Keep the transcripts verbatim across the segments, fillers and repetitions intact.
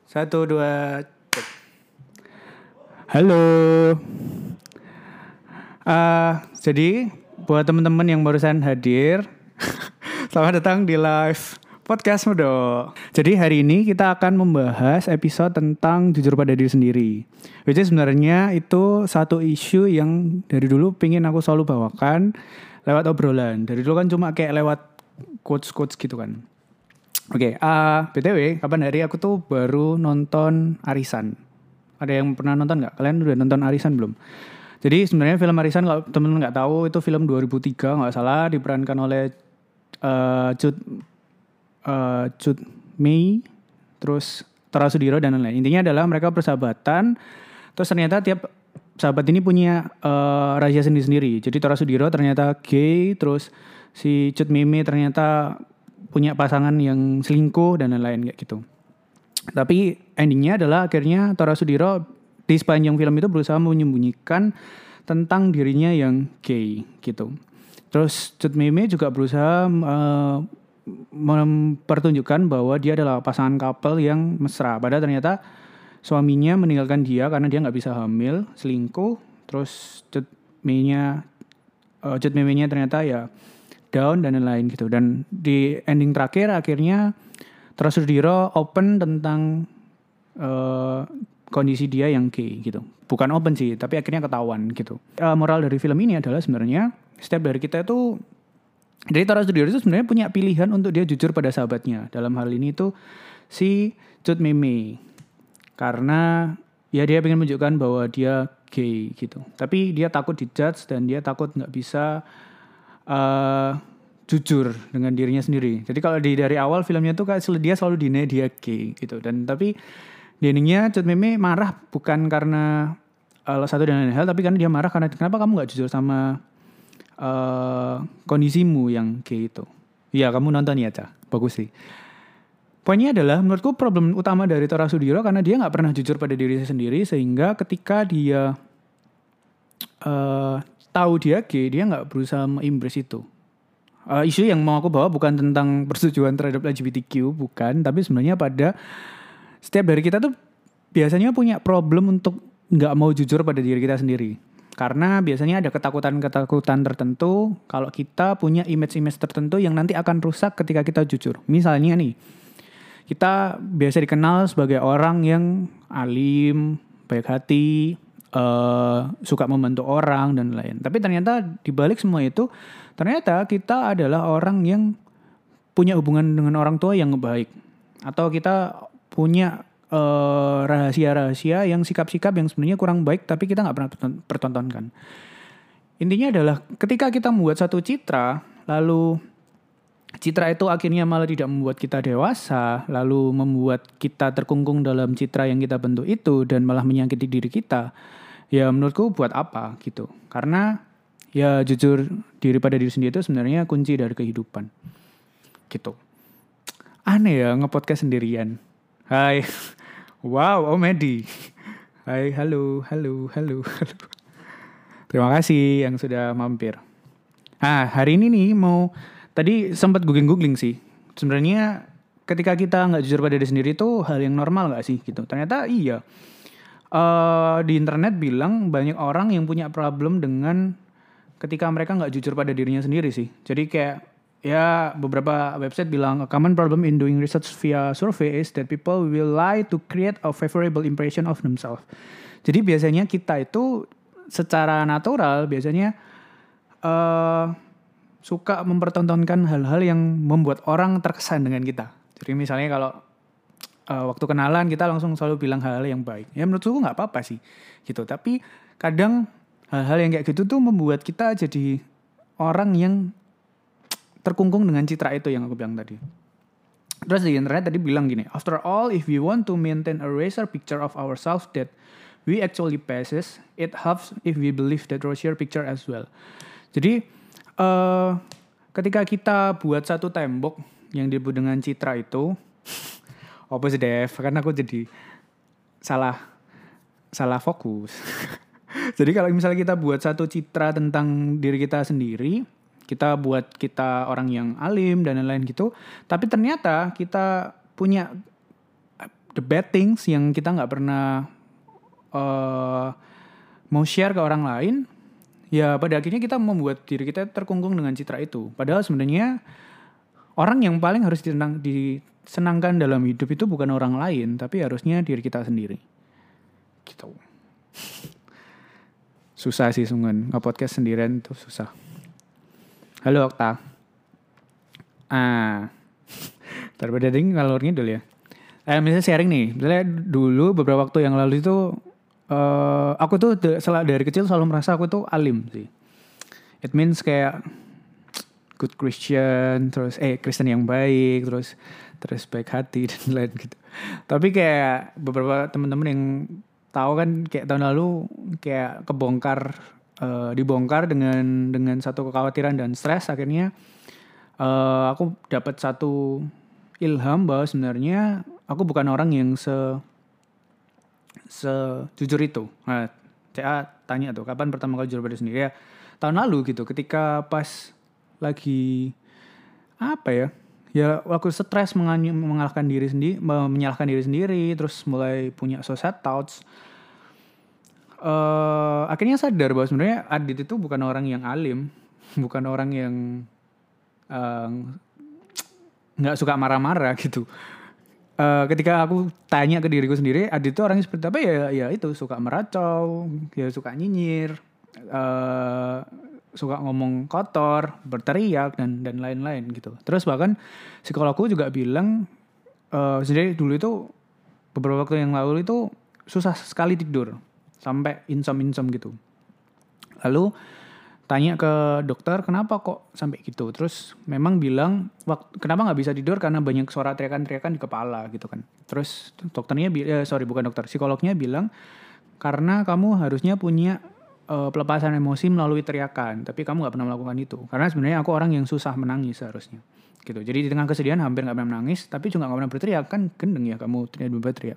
Satu, dua, cek. Halo. Uh, jadi buat teman-teman yang barusan hadir, selamat datang di live podcast Mudo. Jadi hari ini kita akan membahas episode tentang jujur pada diri sendiri. Which is sebenarnya itu satu isu yang dari dulu pingin aku selalu bawakan lewat obrolan. Dari dulu kan cuma kayak lewat quotes-quotes gitu kan. Oke, okay, uh, B T W kapan hari aku tuh baru nonton Arisan. Ada yang pernah nonton nggak? Kalian udah nonton Arisan belum? Jadi sebenarnya film Arisan kalau teman-teman nggak tahu itu film dua ribu tiga nggak salah diperankan oleh uh, Cut uh, Cut Mei, terus Tora Sudiro dan lain-lain. Intinya adalah mereka persahabatan. Terus ternyata tiap sahabat ini punya uh, rahasia sendiri-sendiri. Jadi Tora Sudiro ternyata gay, terus si Cut Mei ternyata punya pasangan yang selingkuh dan lain-lain kayak gitu. Tapi endingnya adalah akhirnya Tora Sudiro di sepanjang film itu berusaha menyembunyikan tentang dirinya yang gay gitu. Terus Cut Mei juga berusaha uh, mempertunjukkan bahwa dia adalah pasangan couple yang mesra. Padahal ternyata suaminya meninggalkan dia karena dia nggak bisa hamil, selingkuh. Terus Cut Mei-nya, uh, Cut Mei-nya ternyata ya down dan lain-lain gitu. Dan di ending terakhir akhirnya Tora Sudiro open tentang uh, kondisi dia yang gay gitu. Bukan open sih, tapi akhirnya ketahuan gitu. Uh, moral dari film ini adalah sebenarnya setiap dari kita itu, dari Tora Sudiro itu sebenarnya punya pilihan untuk dia jujur pada sahabatnya. Dalam hal ini tuh si Cut Mei. Karena ya dia pengen menunjukkan bahwa dia gay gitu. Tapi dia takut dijudge dan dia takut nggak bisa uh, jujur dengan dirinya sendiri. Jadi kalau di dari awal filmnya tuh kayak dia selalu deny dia gay gitu. Dan tapi di endingnya Cut Mei marah bukan karena uh, satu dan lain hal, tapi karena dia marah karena kenapa kamu nggak jujur sama uh, kondisimu yang gay itu. Iya, kamu nonton ya, Cah. Bagus sih. Poinnya adalah menurutku problem utama dari Tora Sudiro karena dia nggak pernah jujur pada diri sendiri, sehingga ketika dia uh, tahu dia gay, dia nggak berusaha embrace itu. Uh, isu yang mau aku bawa bukan tentang persetujuan terhadap L G B T Q, bukan, tapi sebenarnya pada setiap dari kita tuh biasanya punya problem untuk nggak mau jujur pada diri kita sendiri. Karena biasanya ada ketakutan-ketakutan tertentu kalau kita punya image-image tertentu yang nanti akan rusak ketika kita jujur. Misalnya nih, kita biasa dikenal sebagai orang yang alim, baik hati, uh, suka membantu orang dan lain. Tapi ternyata dibalik semua itu, ternyata kita adalah orang yang punya hubungan dengan orang tua yang baik. Atau kita punya uh, rahasia-rahasia yang sikap-sikap yang sebenarnya kurang baik tapi kita nggak pernah pertontonkan. Intinya adalah ketika kita membuat satu citra, lalu citra itu akhirnya malah tidak membuat kita dewasa, lalu membuat kita terkungkung dalam citra yang kita bentuk itu dan malah menyakiti diri kita. Ya menurutku buat apa gitu. Karena ya jujur diri pada diri sendiri itu sebenarnya kunci dari kehidupan. Gitu. Aneh ya nge-podcast sendirian. Hai, wow, Om Edi. Hai, halo, halo, halo, halo. Terima kasih yang sudah mampir. Ah, hari ini nih mau, tadi sempat googling-googling sih. Sebenarnya ketika kita nggak jujur pada diri sendiri itu hal yang normal nggak sih gitu. Ternyata iya. Uh, di internet bilang banyak orang yang punya problem dengan ketika mereka nggak jujur pada dirinya sendiri sih. Jadi kayak ya beberapa website bilang a common problem in doing research via survey is that people will lie to create a favorable impression of themselves. Jadi biasanya kita itu secara natural biasanya uh, suka mempertontonkan hal-hal yang membuat orang terkesan dengan kita. Jadi misalnya kalau uh, waktu kenalan kita langsung selalu bilang hal-hal yang baik. Ya menurutku nggak apa-apa sih gitu. Tapi kadang hal-hal yang kayak gitu tuh membuat kita jadi orang yang terkungkung dengan citra itu yang aku bilang tadi. Terus di internet tadi bilang gini, after all, if we want to maintain a racer picture of ourselves that we actually possess, it helps if we believe that racer picture as well. Jadi uh, ketika kita buat satu tembok yang disebut dengan citra itu, apa sih Dev? Karena aku jadi salah salah fokus. Jadi kalau misalnya kita buat satu citra tentang diri kita sendiri, kita buat kita orang yang alim dan lain-lain gitu, tapi ternyata kita punya the bad things yang kita nggak pernah uh, mau share ke orang lain, ya pada akhirnya kita membuat diri kita terkungkung dengan citra itu. Padahal sebenarnya orang yang paling harus disenang, disenangkan dalam hidup itu bukan orang lain, tapi harusnya diri kita sendiri. Gitu. Susah sih sungguh, nge-podcast sendirian itu susah. Halo Okta. Ah, daripada ding ngalurnya dulu ya. Eh, misalnya sharing nih, misalnya dulu beberapa waktu yang lalu itu, uh, aku tuh dari kecil selalu merasa aku tuh alim sih. It means kayak good Christian, terus eh Kristen yang baik, terus terus baik hati dan lain gitu. Tapi kayak beberapa teman-teman yang tahu kan kayak tahun lalu kayak kebongkar, uh, dibongkar dengan dengan satu kekhawatiran dan stres, akhirnya uh, aku dapat satu ilham bahwa sebenarnya aku bukan orang yang se sejujur itu. Nah, saya tanya tuh kapan pertama kali jujur pada sendiri, ya tahun lalu gitu, ketika pas lagi apa ya? Ya waktu stres mengalahkan diri sendiri, menyalahkan diri sendiri, terus mulai punya suicide thoughts. Uh, akhirnya sadar bahwa sebenarnya Adit itu bukan orang yang alim, bukan orang yang nggak uh, suka marah-marah gitu. Uh, ketika aku tanya ke diriku sendiri, Adit itu orangnya seperti apa ya? Ya itu suka meracau, ya suka nyinyir, uh, suka ngomong kotor, berteriak dan dan lain-lain gitu. Terus bahkan psikologku juga bilang uh, sendiri dulu itu beberapa waktu yang lalu itu susah sekali tidur sampai insom-insom gitu. Lalu tanya ke dokter kenapa kok sampai gitu. Terus memang bilang waktu kenapa nggak bisa tidur karena banyak suara teriakan-teriakan di kepala gitu kan. Terus dokternya eh, sorry bukan dokter, psikolognya bilang karena kamu harusnya punya pelepasan emosi melalui teriakan, tapi kamu nggak pernah melakukan itu. Karena sebenarnya aku orang yang susah menangis seharusnya, gitu. Jadi di tengah kesedihan hampir nggak pernah menangis, tapi juga nggak pernah berteriak, kan gendeng ya kamu tiba-tiba teriak.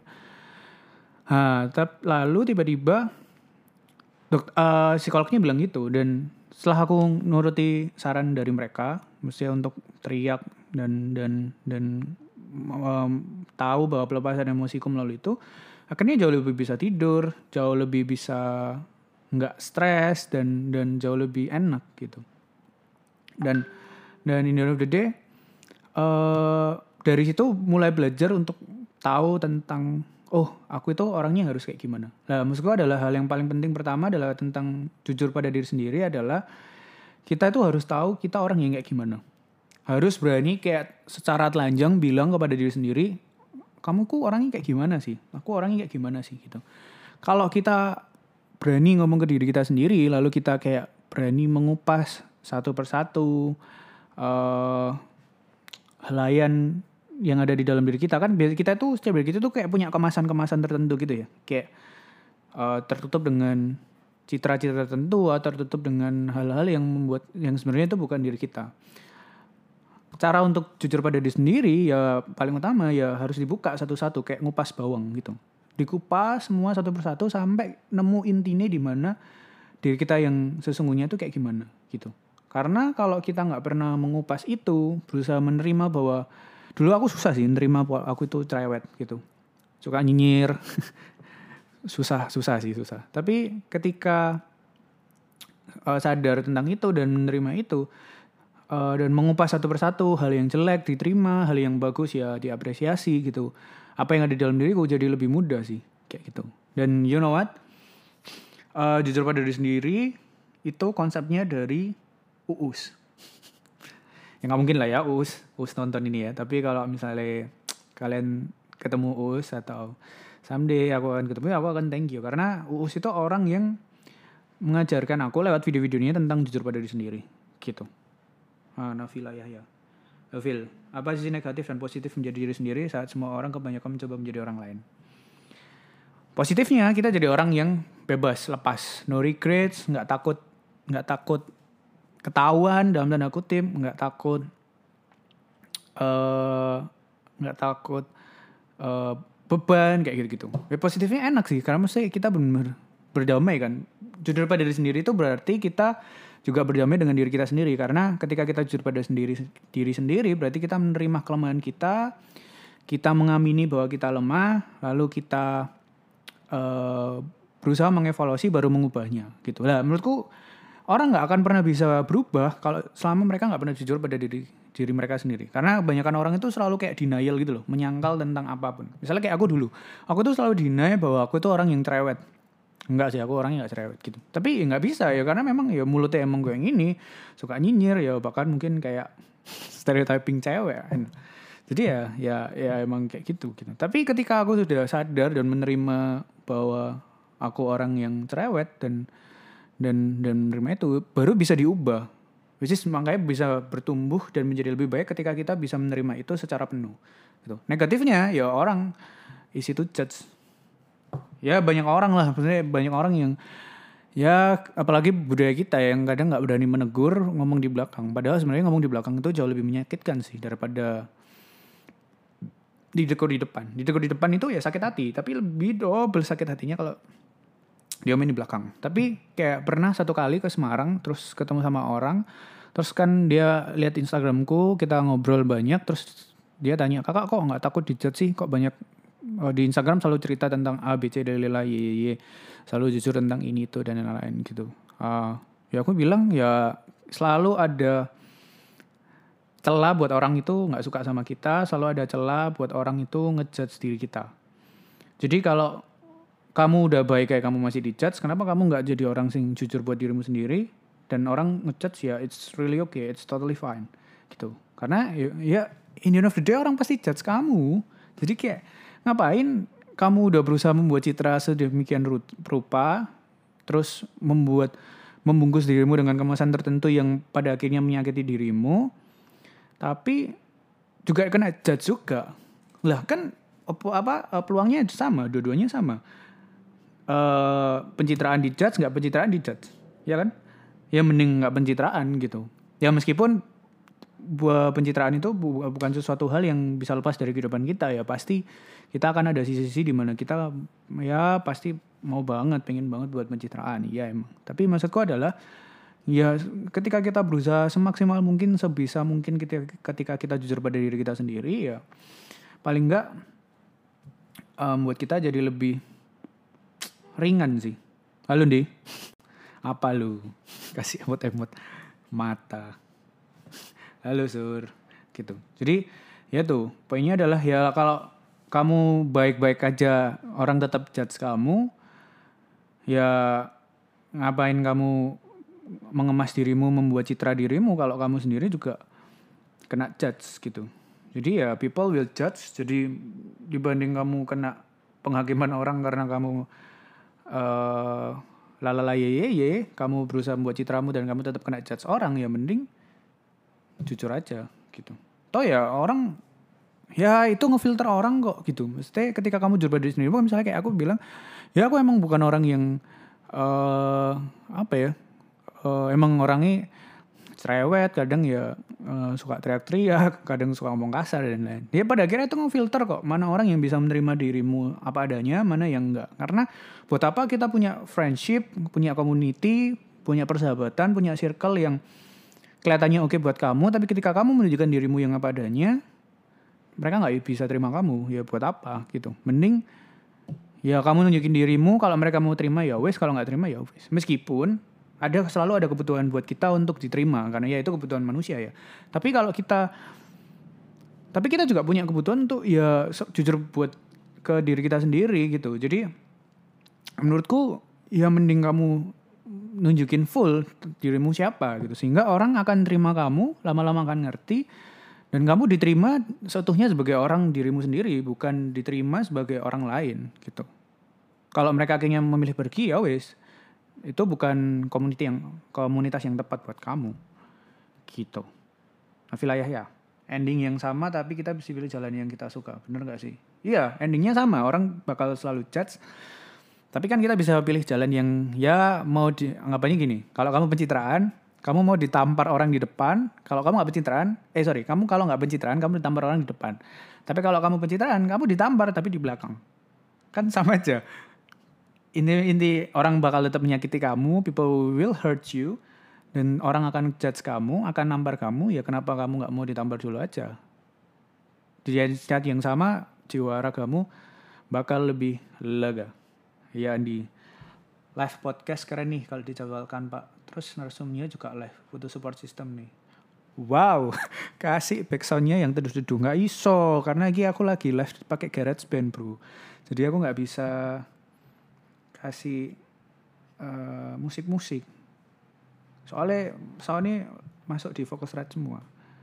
Nah, lalu tiba-tiba dok, uh, psikolognya bilang gitu, dan setelah aku nuruti saran dari mereka, mestinya untuk teriak dan dan dan um, tahu bahwa pelepasan emosiku melalui itu, akhirnya jauh lebih bisa tidur, jauh lebih bisa nggak stres dan dan jauh lebih enak gitu. Dan dan in the end of the day uh, dari situ mulai belajar untuk tahu tentang oh aku itu orangnya harus kayak gimana. Nah maksudku adalah hal yang paling penting pertama adalah tentang jujur pada diri sendiri adalah kita itu harus tahu kita orang yang kayak gimana. Harus berani kayak secara telanjang bilang kepada diri sendiri, kamu ku orangnya kayak gimana sih? Aku orangnya kayak gimana sih gitu. Kalau kita berani ngomong ke diri kita sendiri, lalu kita kayak berani mengupas satu persatu uh, helaian yang ada di dalam diri kita. Kan kita tuh setiap diri kita tuh kayak punya kemasan-kemasan tertentu gitu ya, kayak uh, tertutup dengan citra-citra tertentu atau tertutup dengan hal-hal yang membuat yang sebenarnya itu bukan diri kita. Cara untuk jujur pada diri sendiri ya paling utama ya harus dibuka satu-satu, kayak ngupas bawang gitu. Dikupas semua satu persatu sampai nemu intinya di mana diri kita yang sesungguhnya itu kayak gimana gitu. Karena kalau kita nggak pernah mengupas itu, berusaha menerima bahwa dulu aku susah sih menerima bahwa aku itu cerewet gitu, suka nyinyir, susah susah sih susah. Tapi ketika uh, sadar tentang itu dan menerima itu uh, dan mengupas satu persatu, hal yang jelek diterima, hal yang bagus ya diapresiasi gitu. Apa yang ada di dalam diriku jadi lebih mudah sih kayak gitu. Dan you know what? Uh, jujur pada diri sendiri itu konsepnya dari Uus. Ya nggak mungkin lah ya Uus, Uus nonton ini ya. Tapi kalau misalnya kalian ketemu Uus atau someday aku akan ketemu, aku akan thank you karena Uus itu orang yang mengajarkan aku lewat video-videonya tentang jujur pada diri sendiri gitu. Ah, Nafila Yahya. Nafil, apa sisi negatif dan positif menjadi diri sendiri saat semua orang kebanyakan mencoba menjadi orang lain? Positifnya kita jadi orang yang bebas, lepas, no regrets, nggak takut, nggak takut ketahuan dalam tanda kutip, nggak takut, nggak uh, takut uh, beban kayak gitu-gitu. Ya, positifnya enak sih, karena maksudnya kita benar-benar berdamai kan. Jujur pada diri sendiri itu berarti kita juga berdamai dengan diri kita sendiri, karena ketika kita jujur pada sendiri diri sendiri berarti kita menerima kelemahan kita, kita mengamini bahwa kita lemah, lalu kita uh, berusaha mengevaluasi baru mengubahnya gitu. Lah menurutku orang nggak akan pernah bisa berubah kalau selama mereka nggak pernah jujur pada diri diri mereka sendiri. Karena kebanyakan orang itu selalu kayak denial gitu loh, menyangkal tentang apapun. Misalnya kayak aku dulu, aku tuh selalu deny bahwa aku tuh orang yang cerewet. Enggak sih, aku orangnya nggak cerewet gitu. Tapi ya nggak bisa ya, karena memang ya mulutnya emang gue yang ini, suka nyinyir ya, bahkan mungkin kayak stereotyping cewek. Jadi ya ya ya emang kayak gitu gitu. Tapi ketika aku sudah sadar dan menerima bahwa aku orang yang cerewet dan dan dan menerima itu, baru bisa diubah. Which is makanya bisa bertumbuh dan menjadi lebih baik ketika kita bisa menerima itu secara penuh. Gitu. Negatifnya ya orang isi to judge. Ya banyak orang lah, maksudnya banyak orang yang ya apalagi budaya kita yang kadang nggak berani menegur, ngomong di belakang. Padahal sebenarnya ngomong di belakang itu jauh lebih menyakitkan sih daripada ditegur di depan. Ditegur di depan itu ya sakit hati, tapi lebih double sakit hatinya kalau dia main di belakang. Tapi kayak pernah satu kali ke Semarang, terus ketemu sama orang, terus kan dia lihat Instagramku, kita ngobrol banyak, terus dia tanya, kakak kok nggak takut dijudge sih, kok banyak oh, di Instagram selalu cerita tentang A, B, C, D, L, Y, Y, selalu jujur tentang ini itu dan lain-lain gitu. Uh, ya aku bilang ya selalu ada celah buat orang itu nggak suka sama kita, selalu ada celah buat orang itu ngejudge diri kita. Jadi kalau kamu udah baik kayak kamu masih dijudge, kenapa kamu nggak jadi orang sing jujur buat dirimu sendiri dan orang ngejudge ya it's really okay, it's totally fine gitu. Karena ya, ya in the end of the day orang pasti judge kamu. Jadi kayak ngapain kamu udah berusaha membuat citra sedemikian rupa, terus membuat membungkus dirimu dengan kemasan tertentu yang pada akhirnya menyakiti dirimu, tapi juga kena judge juga. Lah kan apa peluangnya sama, dua-duanya sama. Uh, pencitraan dijudge, nggak pencitraan dijudge, ya kan? Ya mending nggak pencitraan gitu. Ya meskipun buah pencitraan itu bu- bukan sesuatu hal yang bisa lepas dari kehidupan kita ya, pasti kita akan ada sisi-sisi di mana kita ya pasti mau banget, pengen banget buat pencitraan, ya emang. Tapi maksudku adalah ya ketika kita berusaha semaksimal mungkin, sebisa mungkin ketika, ketika kita jujur pada diri kita sendiri ya paling nggak um, buat kita jadi lebih ringan sih. Halo Ndi, apa lu? Kasih emot-emot mata. Halo Sur, gitu. Jadi ya tuh, poinnya adalah ya kalau kamu baik-baik aja orang tetap judge kamu, ya ngapain kamu mengemas dirimu, membuat citra dirimu kalau kamu sendiri juga kena judge gitu. Jadi ya people will judge. Jadi dibanding kamu kena penghakiman orang karena kamu Uh, lalala ye ye ye, kamu berusaha membuat citramu dan kamu tetap kena judge orang, ya mending jujur aja gitu. Toh ya orang ya itu ngefilter orang kok gitu. Maksudnya ketika kamu jujur pada diri sendiri, misalnya kayak aku bilang ya aku emang bukan orang yang uh, apa ya uh, emang orangnya cerewet, kadang ya uh, suka teriak-teriak, kadang suka ngomong kasar dan lain. Dia pada akhirnya itu ngefilter kok, mana orang yang bisa menerima dirimu apa adanya, mana yang enggak. Karena buat apa kita punya friendship, punya community, punya persahabatan, punya circle yang kelihatannya oke buat kamu, tapi ketika kamu menunjukkan dirimu yang apa adanya, mereka nggak bisa terima kamu. Ya buat apa gitu. Mending ya kamu nunjukin dirimu, kalau mereka mau terima ya wes, kalau nggak terima ya wes. Meskipun ada selalu ada kebutuhan buat kita untuk diterima, karena ya itu kebutuhan manusia ya. Tapi kalau kita tapi kita juga punya kebutuhan untuk ya jujur buat ke diri kita sendiri gitu. Jadi menurutku ya mending kamu nunjukin full dirimu siapa gitu, sehingga orang akan terima kamu, lama-lama akan ngerti dan kamu diterima seutuhnya sebagai orang dirimu sendiri, bukan diterima sebagai orang lain gitu. Kalau mereka akhirnya memilih pergi ya wes, itu bukan komunitas yang komunitas yang tepat buat kamu gitu. Nafila Yahya, ending yang sama tapi kita bisa pilih jalan yang kita suka, bener gak sih? Iya, endingnya sama, orang bakal selalu judge, tapi kan kita bisa pilih jalan yang ya mau di, anggapannya gini, kalau kamu pencitraan, kamu mau ditampar orang di depan, kalau kamu gak pencitraan, eh sorry, kamu kalau gak pencitraan, kamu ditampar orang di depan, tapi kalau kamu pencitraan, kamu ditampar tapi di belakang, kan sama aja. Ini inti orang bakal tetap menyakiti kamu, people will hurt you, dan orang akan judge kamu, akan nampar kamu, ya kenapa kamu nggak mau ditampar dulu aja? di saat yang sama jiwa ragamu bakal lebih lega. Ya di live podcast keren nih kalau dijadwalkan Pak. Terus narsumnya juga live, butuh support system nih. Wow, kasih backsoundnya yang teduh-teduh nggak iso karena lagi aku lagi live pakai GarageBand bro. Jadi aku nggak bisa kasih uh, musik-musik. Soalnya soalnya masuk di Focusrite semua.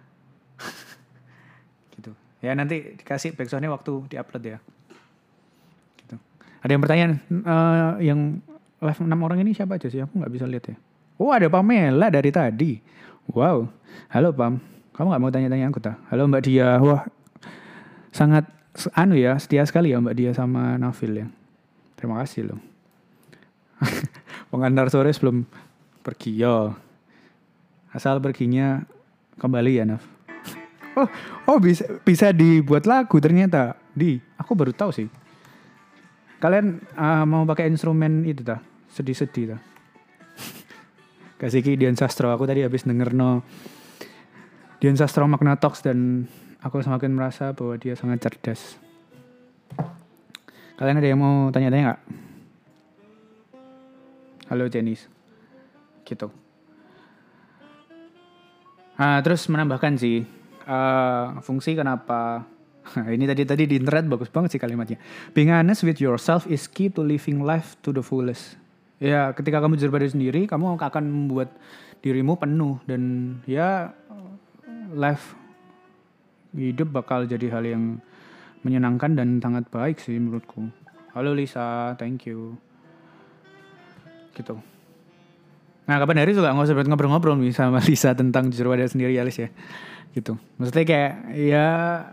Gitu. Ya nanti dikasih backsoundnya waktu diupload ya. Gitu. Ada yang bertanya uh, yang live enam orang ini siapa aja sih? Aku nggak bisa lihat ya. Oh ada Pamela dari tadi. Wow. Halo Pam. Kamu nggak mau tanya-tanya aku tak? Halo Mbak Dia. Wah sangat anu ya setia sekali ya Mbak Dia sama Nafil ya. Terima kasih loh. Pengantar sore sebelum pergi yo. Asal perginya kembali ya Naf. Oh, oh bisa bisa dibuat lagu ternyata. Di, aku baru tahu sih. Kalian uh, mau pakai instrumen itu ta? Sedih-sedih ta? Kasih ki Dian Sastro. Aku tadi habis denger no Dian Sastro Magnatox dan aku semakin merasa bahwa dia sangat cerdas. Kalian ada yang mau tanya-tanya nggak? Halo Jenis. Gitu. Nah, terus menambahkan sih uh, fungsi kenapa ini tadi tadi di internet bagus banget sih kalimatnya. Being honest with yourself is key to living life to the fullest. Ya, ketika kamu jujur pada diri sendiri, kamu akan membuat dirimu penuh dan ya life hidup bakal jadi hal yang menyenangkan dan sangat baik sih menurutku. Halo Lisa, thank you. Gitu. Nah kapan hari juga nggak usah ngobrol-ngobrol nih sama Lisa tentang jujur pada sendiri ya Lis ya. Gitu. Maksudnya kayak ya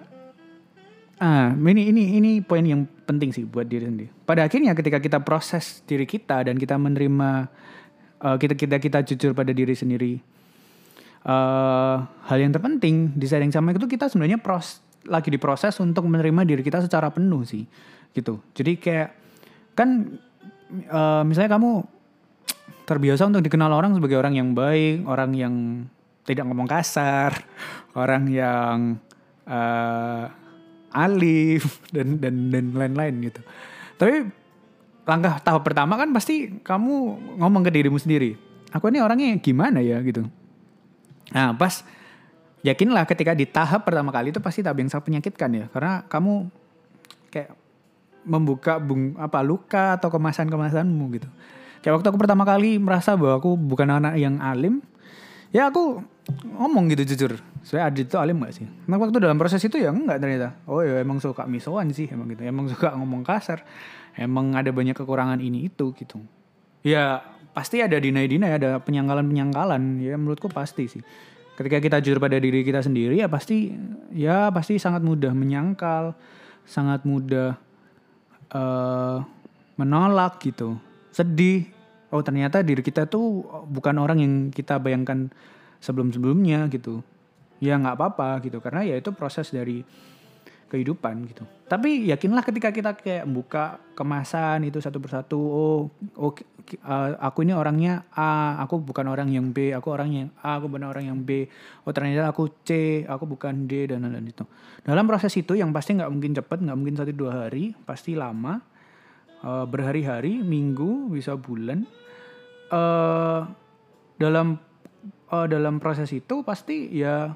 ah ini ini ini poin yang penting sih buat diri sendiri. Pada akhirnya ketika kita proses diri kita dan kita menerima uh, kita kita kita jujur pada diri sendiri, uh, hal yang terpenting di saat yang sama itu kita sebenarnya pros, lagi diproses untuk menerima diri kita secara penuh sih, gitu. Jadi kayak kan uh, misalnya kamu terbiasa untuk dikenal orang sebagai orang yang baik, orang yang tidak ngomong kasar, orang yang uh, alif dan dan dan lain-lain gitu. Tapi langkah tahap pertama kan pasti kamu ngomong ke dirimu sendiri. Aku ini orangnya gimana ya gitu. Nah pas yakinlah ketika di tahap pertama kali itu pasti tahap yang sangat menyakitkan ya, karena kamu kayak membuka bung apa luka atau kemasan-kemasanmu gitu. Kayak waktu aku pertama kali merasa bahwa aku bukan anak yang alim, ya aku ngomong gitu jujur. Saya Adit itu alim gak sih? Nah waktu dalam proses itu ya enggak ternyata. Oh ya emang suka misoan sih emang gitu. Emang suka ngomong kasar. Emang ada banyak kekurangan ini itu gitu. Ya pasti ada deny-deny, ada penyangkalan-penyangkalan. Ya menurutku pasti sih. Ketika kita jujur pada diri kita sendiri ya pasti ya pasti sangat mudah menyangkal, sangat mudah uh, menolak gitu. Sedih. Oh ternyata diri kita tuh bukan orang yang kita bayangkan sebelum-sebelumnya gitu. Ya gak apa-apa gitu. Karena ya itu proses dari kehidupan gitu. Tapi yakinlah ketika kita kayak buka kemasan itu satu persatu. Oh, oh uh, aku ini orangnya A. Aku bukan orang yang B. Aku orang yang A. Aku bukan orang yang B. Oh ternyata aku C. Aku bukan D. Dan lain-lain itu. Dalam proses itu yang pasti gak mungkin cepat. Gak mungkin satu dua hari. Pasti lama. Uh, berhari-hari. Minggu. Bisa bulan. Uh, dalam uh, dalam proses itu pasti ya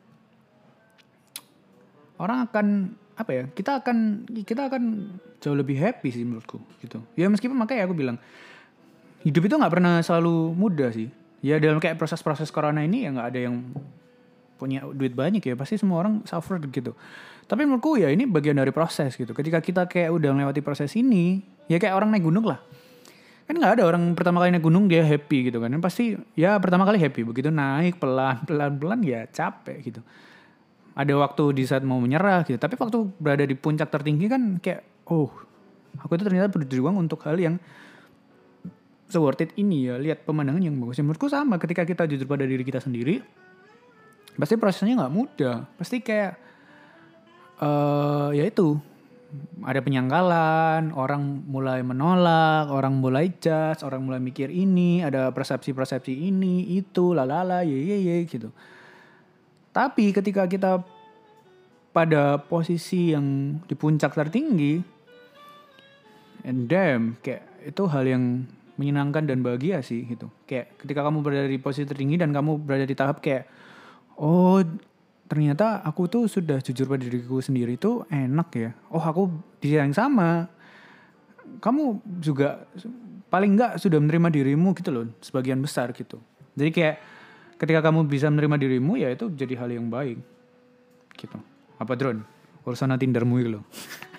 orang akan apa ya kita akan kita akan jauh lebih happy sih menurutku gitu ya, meskipun makanya aku bilang hidup itu nggak pernah selalu mudah sih ya, dalam kayak proses-proses corona ini ya nggak ada yang punya duit banyak ya, pasti semua orang suffer gitu. Tapi menurutku ya ini bagian dari proses gitu. Ketika kita kayak udah melewati proses ini ya kayak orang naik gunung lah. Kan nggak ada orang pertama kali naik gunung dia happy gitu kan. Pasti ya pertama kali happy, begitu naik pelan pelan pelan ya capek gitu. Ada waktu di saat mau menyerah gitu. Tapi waktu berada di puncak tertinggi kan kayak oh aku itu ternyata berjuang untuk hal yang se-worth it ini ya. Lihat pemandangan yang bagus. Menurutku sama ketika kita jujur pada diri kita sendiri. Pasti prosesnya gak mudah. Pasti kayak uh, ya itu. Ada penyangkalan, orang mulai menolak, orang mulai judge, orang mulai mikir ini, ada persepsi-persepsi ini, itu, lalala, ye ye ye gitu. Tapi ketika kita pada posisi yang di puncak tertinggi, and damn, kayak itu hal yang menyenangkan dan bahagia sih gitu. Kayak ketika kamu berada di posisi tertinggi dan kamu berada di tahap kayak, oh ternyata aku tuh sudah jujur pada diriku sendiri tuh enak ya. Oh aku di yang sama, kamu juga paling enggak sudah menerima dirimu gitu loh, sebagian besar gitu. Jadi kayak ketika kamu bisa menerima dirimu ya itu jadi hal yang baik gitu. Apa drone? Urusan Tindermu itu loh.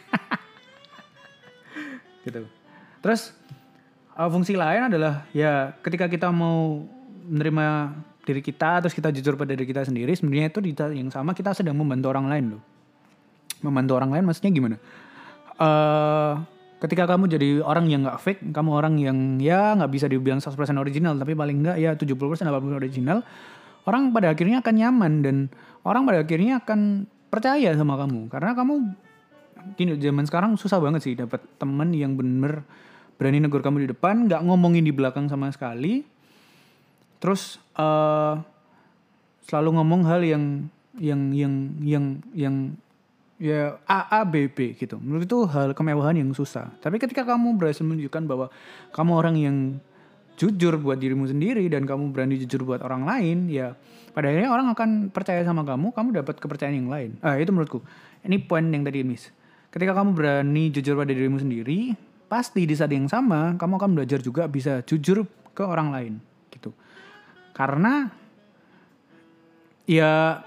Gitu. Terus uh, fungsi lain adalah ya ketika kita mau menerima diri kita terus kita jujur pada diri kita sendiri, sebenarnya itu di yang sama kita sedang membantu orang lain loh. Membantu orang lain maksudnya gimana? Uh, ketika kamu jadi orang yang gak fake, kamu orang yang ya gak bisa dibilang seratus persen original, tapi paling gak ya tujuh puluh persen delapan puluh persen original, orang pada akhirnya akan nyaman dan orang pada akhirnya akan percaya sama kamu. Karena kamu, gini zaman sekarang susah banget sih dapat teman yang bener berani negur kamu di depan, gak ngomongin di belakang sama sekali, terus uh, selalu ngomong hal yang yang yang yang yang ya A A B B gitu. Menurut itu hal kemewahan yang susah. Tapi ketika kamu berhasil menunjukkan bahwa kamu orang yang jujur buat dirimu sendiri dan kamu berani jujur buat orang lain, ya pada akhirnya orang akan percaya sama kamu, kamu dapat kepercayaan yang lain. Ah itu menurutku. Ini poin yang tadi miss. Ketika kamu berani jujur pada dirimu sendiri, pasti di saat yang sama kamu akan belajar juga bisa jujur ke orang lain gitu. Karena ya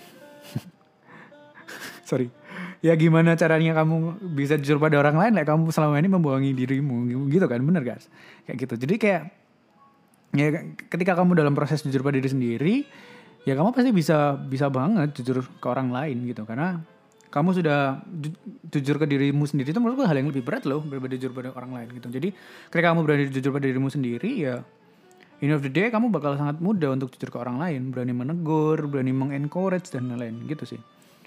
sorry. Ya gimana caranya kamu bisa jujur pada orang lain, like kamu selama ini membohongi dirimu gitu kan, bener guys? Kayak gitu. Jadi kayak ya ketika kamu dalam proses jujur pada diri sendiri, ya kamu pasti bisa bisa banget jujur ke orang lain gitu. Karena kamu sudah ju- jujur ke dirimu sendiri itu menurutku hal yang lebih berat loh daripada jujur pada orang lain gitu. Jadi ketika kamu berani jujur pada dirimu sendiri, ya end of the day kamu bakal sangat mudah untuk jujur ke orang lain, berani menegur, berani mengencourage dan lain-lain gitu sih.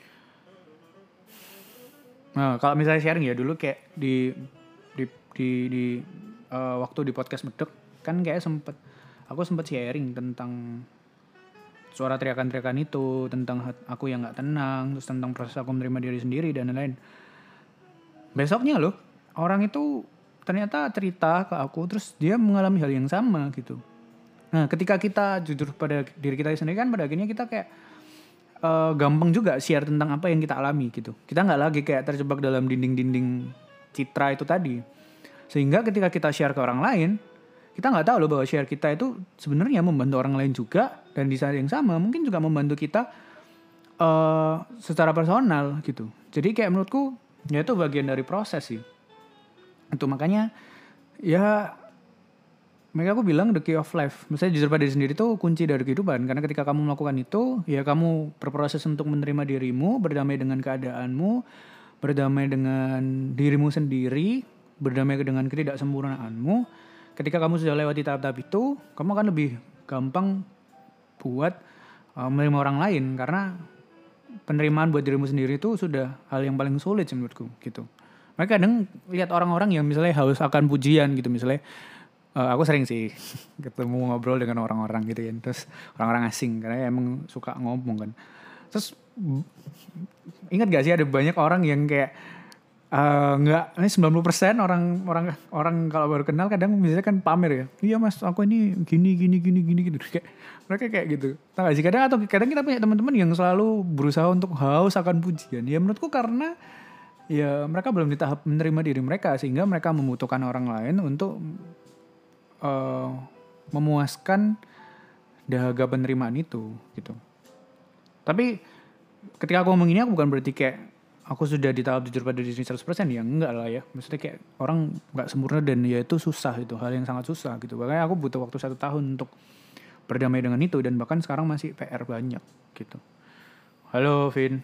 Nah, kalau misalnya sharing ya dulu kayak di di di, di uh, waktu di podcast Medek kan kayak sempet aku sempet sharing tentang suara teriakan-teriakan itu, tentang aku yang nggak tenang, terus tentang proses aku menerima diri sendiri dan lain-lain. Besoknya loh orang itu ternyata cerita ke aku, terus dia mengalami hal yang sama gitu. Nah, ketika kita jujur pada diri kita sendiri kan pada akhirnya kita kayak Uh, gampang juga share tentang apa yang kita alami gitu. Kita nggak lagi kayak terjebak dalam dinding-dinding citra itu tadi. Sehingga ketika kita share ke orang lain, kita nggak tahu loh bahwa share kita itu sebenarnya membantu orang lain juga, dan di saat yang sama mungkin juga membantu kita uh, secara personal gitu. Jadi kayak menurutku ya itu bagian dari proses sih. Itu makanya ya mereka aku bilang the key of life. Misalnya jujur pada diri sendiri itu kunci dari kehidupan. Karena ketika kamu melakukan itu, ya kamu berproses untuk menerima dirimu, berdamai dengan keadaanmu, berdamai dengan dirimu sendiri, berdamai dengan ketidaksempurnaanmu. Ketika kamu sudah lewati tahap-tahap itu, kamu akan lebih gampang buat uh, menerima orang lain. Karena penerimaan buat dirimu sendiri itu sudah hal yang paling sulit menurutku gitu. Mereka kadang lihat orang-orang yang misalnya haus akan pujian gitu misalnya. Uh, aku sering sih ketemu ngobrol dengan orang-orang gitu kan, terus orang-orang asing karena emang suka ngomong kan. Terus ingat gak sih ada banyak orang yang kayak nggak uh, ini sembilan puluh persen orang orang orang kalau baru kenal kadang misalnya kan pamer ya. Iya mas, aku ini gini gini gini gini gitu. Kayak mereka kayak gitu. Tahu gak sih kadang atau kadang kita punya teman-teman yang selalu berusaha untuk haus akan pujian. Ya menurutku karena ya mereka belum di tahap menerima diri mereka sehingga mereka membutuhkan orang lain untuk Uh, memuaskan dahaga penerimaan itu gitu. Tapi ketika aku ngomong ini aku bukan berarti kayak aku sudah di tahap jujur pada diri seratus persen ya, enggak lah ya. Maksudnya kayak orang enggak sempurna dan ya itu susah itu, hal yang sangat susah gitu. Makanya aku butuh waktu satu tahun untuk berdamai dengan itu dan bahkan sekarang masih P R banyak gitu. Halo Vin,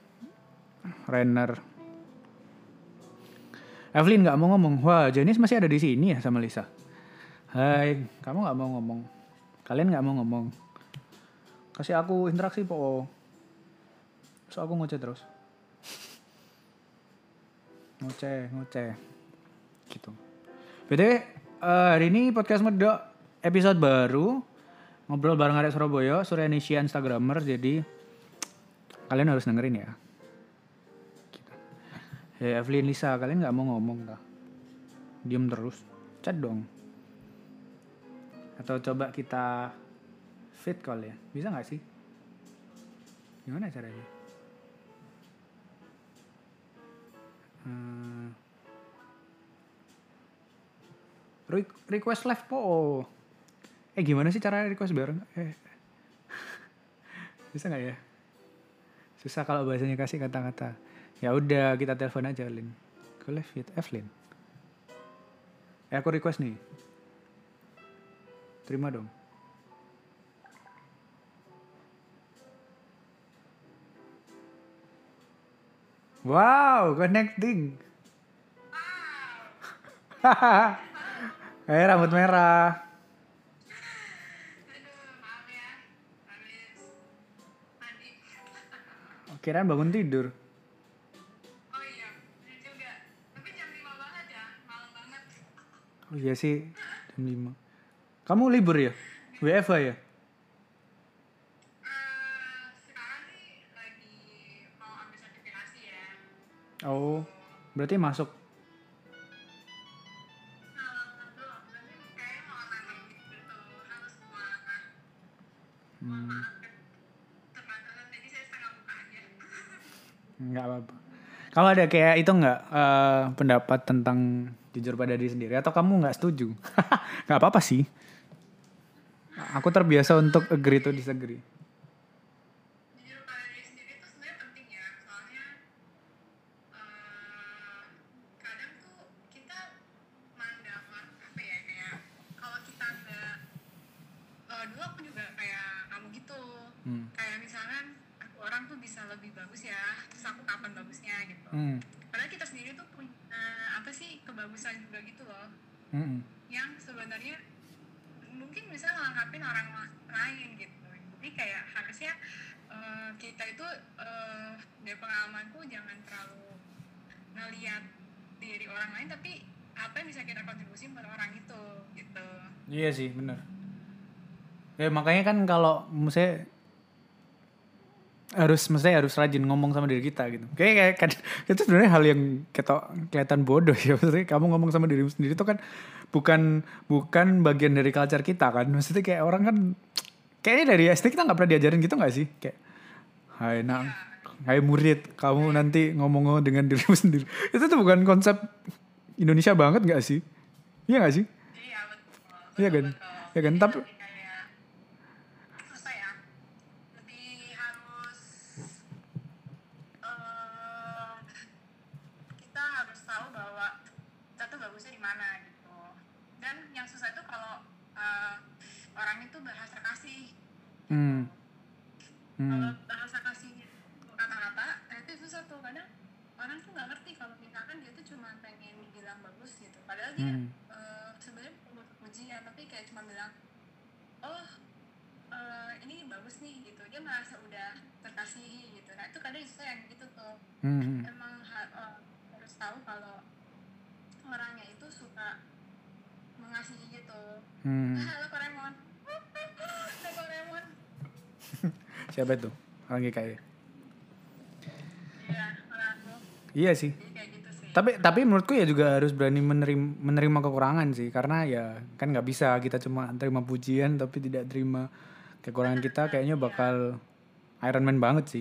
Renner, Evelyn nggak mau ngomong. Wah, Janice masih ada di sini ya sama Lisa. Hai, kamu gak mau ngomong? Kalian gak mau ngomong? Kasih aku interaksi po. So aku ngoceh terus. Ngoceh, ngoceh. Gitu. B T W, uh, hari ini podcast Medok episode baru. Ngobrol bareng Arek Surabaya, Suryanisia Instagramer. Jadi kalian harus dengerin ya. Hey Evelyn Lisa, kalian nggak mau ngomong dah? Diam terus, chat dong. Atau coba kita fit call ya, bisa nggak sih? Gimana caranya? Hmm. Re- request live po. Eh gimana sih cara request bareng? Eh bisa nggak ya? Susah kalau bahasanya kasih kata-kata. Ya udah kita telepon aja Lin. Go live with Evelyn. Eh aku request nih. Terima dong. Wow, connecting. Eh rambut merah. Kirain bangun tidur. Oh iya, bener juga. Tapi jam lima banget ya, malam banget. Oh iya sih, jam lima. Kamu libur ya? W F H ya? Eh, sekarang sih lagi mau ambil sertifikasi ya. Oh, berarti masuk. Nah, belum, tapi kayaknya mau online gitu. Harus semua. Mohon Hmm, maaf, keterbatasan. Jadi saya setengah buka aja. nggak apa-apa. Kamu ada kayak itu nggak eh, pendapat tentang jujur pada diri sendiri? Atau kamu nggak setuju? Nggak apa-apa sih. Aku terbiasa untuk agree to disagree. Jujur pada diri sendiri itu sebenarnya penting ya. Soalnya eh, kadang tuh kita mandang or- apa ya kayak kalau kita nggak eh, dulu aku juga kayak kamu gitu. Hmm. Kayak misalkan aku orang tuh bisa lebih bagus ya, terus aku kapan bagusnya gitu. Hmm. Padahal kita sendiri tuh punya eh, apa sih kebagusan juga gitu loh, Hmm. yang sebenarnya mungkin bisa ngelengkapin orang la- lain gitu. Jadi kayak harusnya eh, kita itu eh, dari pengalamanku jangan terlalu ngelihat diri orang lain, tapi apa yang bisa kita kontribusi buat orang itu gitu. Iya sih, benar. Ya makanya kan kalau misalnya harus mesti harus rajin ngomong sama diri kita gitu. Kayak kayak kan itu sebenarnya hal yang kita kelihatan bodoh ya. Maksudnya kamu ngomong sama dirimu sendiri itu kan bukan bukan bagian dari culture kita kan. Maksudnya kayak orang kan kayaknya dari S D kita nggak pernah diajarin gitu nggak sih? Kayak hai nak, hai murid, kamu nanti ngomong dengan dirimu sendiri. Itu tuh bukan konsep Indonesia banget nggak sih? Iya nggak sih? Iya betul, Iya betul kan? betul. Ya kan? Jadi Tapi lebih kayak apa ya? Lebih harus eh kita harus tahu bahwa kita tuh bagusnya di mana gitu. Dan yang susah itu kalau eh, orang itu bahasa kasih gitu. hmm, Kalau hmm, bahasa kasihnya itu kata-kata, nah itu susah tuh. Kadang orang tuh nggak ngerti kalau misalkan dia tuh cuma pengen dibilang bagus gitu. Padahal dia hmm, eh, sebenarnya butuh pujian, tapi kayak cuma bilang, oh eh, ini bagus nih gitu. Dia merasa udah terkasihi gitu. Nah itu kadang susah yang gitu tuh. hmm, hmm, Emang ha- eh, harus tahu kalau orangnya itu suka mengasihi gitu. hmm. Halo Koremon. Halo Koremon. Siapa itu? Orang G K I. Iya, orang aku. Iya sih. Jadi kayak gitu sih. Tapi tapi menurutku ya juga harus berani menerima menerima kekurangan sih karena ya kan nggak bisa kita cuma terima pujian tapi tidak terima kekurangan kita kayaknya bakal Iron Man banget sih.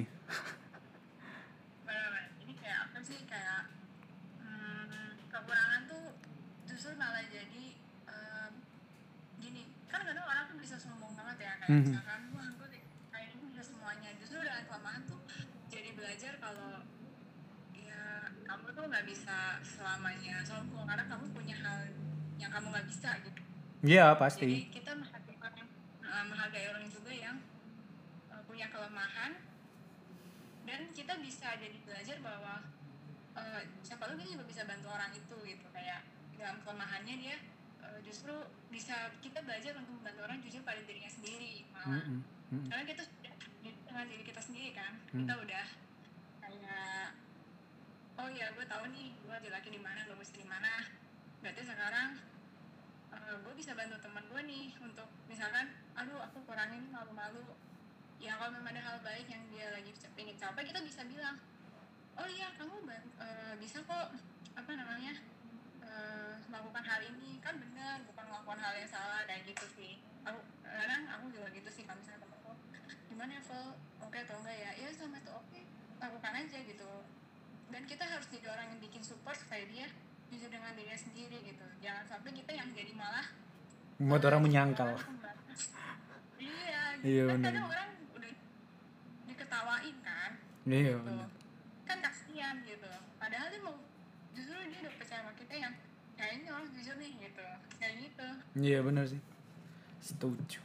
Benar-benar. Jadi kayak apa sih kayak hmm, kekurangan tuh justru malah jadi em, gini. Kan kadang orang tuh bisa sombong banget ya kayak Mhm. misalkan wah gue kayak ini bisa semuanya. Justru dengan kelemahan tuh jadi belajar kalau ya kamu tuh nggak bisa selamanya sombong karena kamu punya hal yang kamu nggak bisa gitu. Iya Jadi pasti. kita menghargai orang, eh, menghargai orang juga yang eh, punya kelemahan, dan kita bisa jadi belajar bahwa eh, siapa tahu dia juga bisa bantu orang itu gitu, kayak dalam kelemahannya dia eh, justru bisa kita belajar untuk membantu orang jujur pada dirinya sendiri malah. Mhm. Mhm. Karena kita sudah di- dengan diri kita sendiri kan, Hmm. kita udah kayak oh ya gue tahu nih gue laki di mana, bagusnya di mana, berarti sekarang uh, gue bisa bantu teman gue nih untuk misalkan aduh aku kurangin malu-malu ya, kalau memang ada hal baik yang dia lagi pengen capai kita bisa bilang oh iya kamu ban- uh, bisa kok apa namanya uh, melakukan hal ini kan benar, bukan melakukan hal yang salah dan gitu sih. Aku kadang aku juga gitu sih, kalau misalnya temenku gimana ya Vel, oke atau enggak ya, ya sama itu oke, lakukan aja gitu. Dan kita harus jadi orang yang bikin support supaya dia jujur dengan dirinya sendiri gitu. Jangan sampai kita yang jadi malah membuat orang menyangkal. Iya, iya kan benar. kadang orang udah diketawain kan. Iya gitu. benar. Kan kasihan gitu. Padahal dia mau justru dia udah percaya sama kita yang kayaknya orang jujur nih gitu. Kayak gitu. Iya benar sih. Setuju.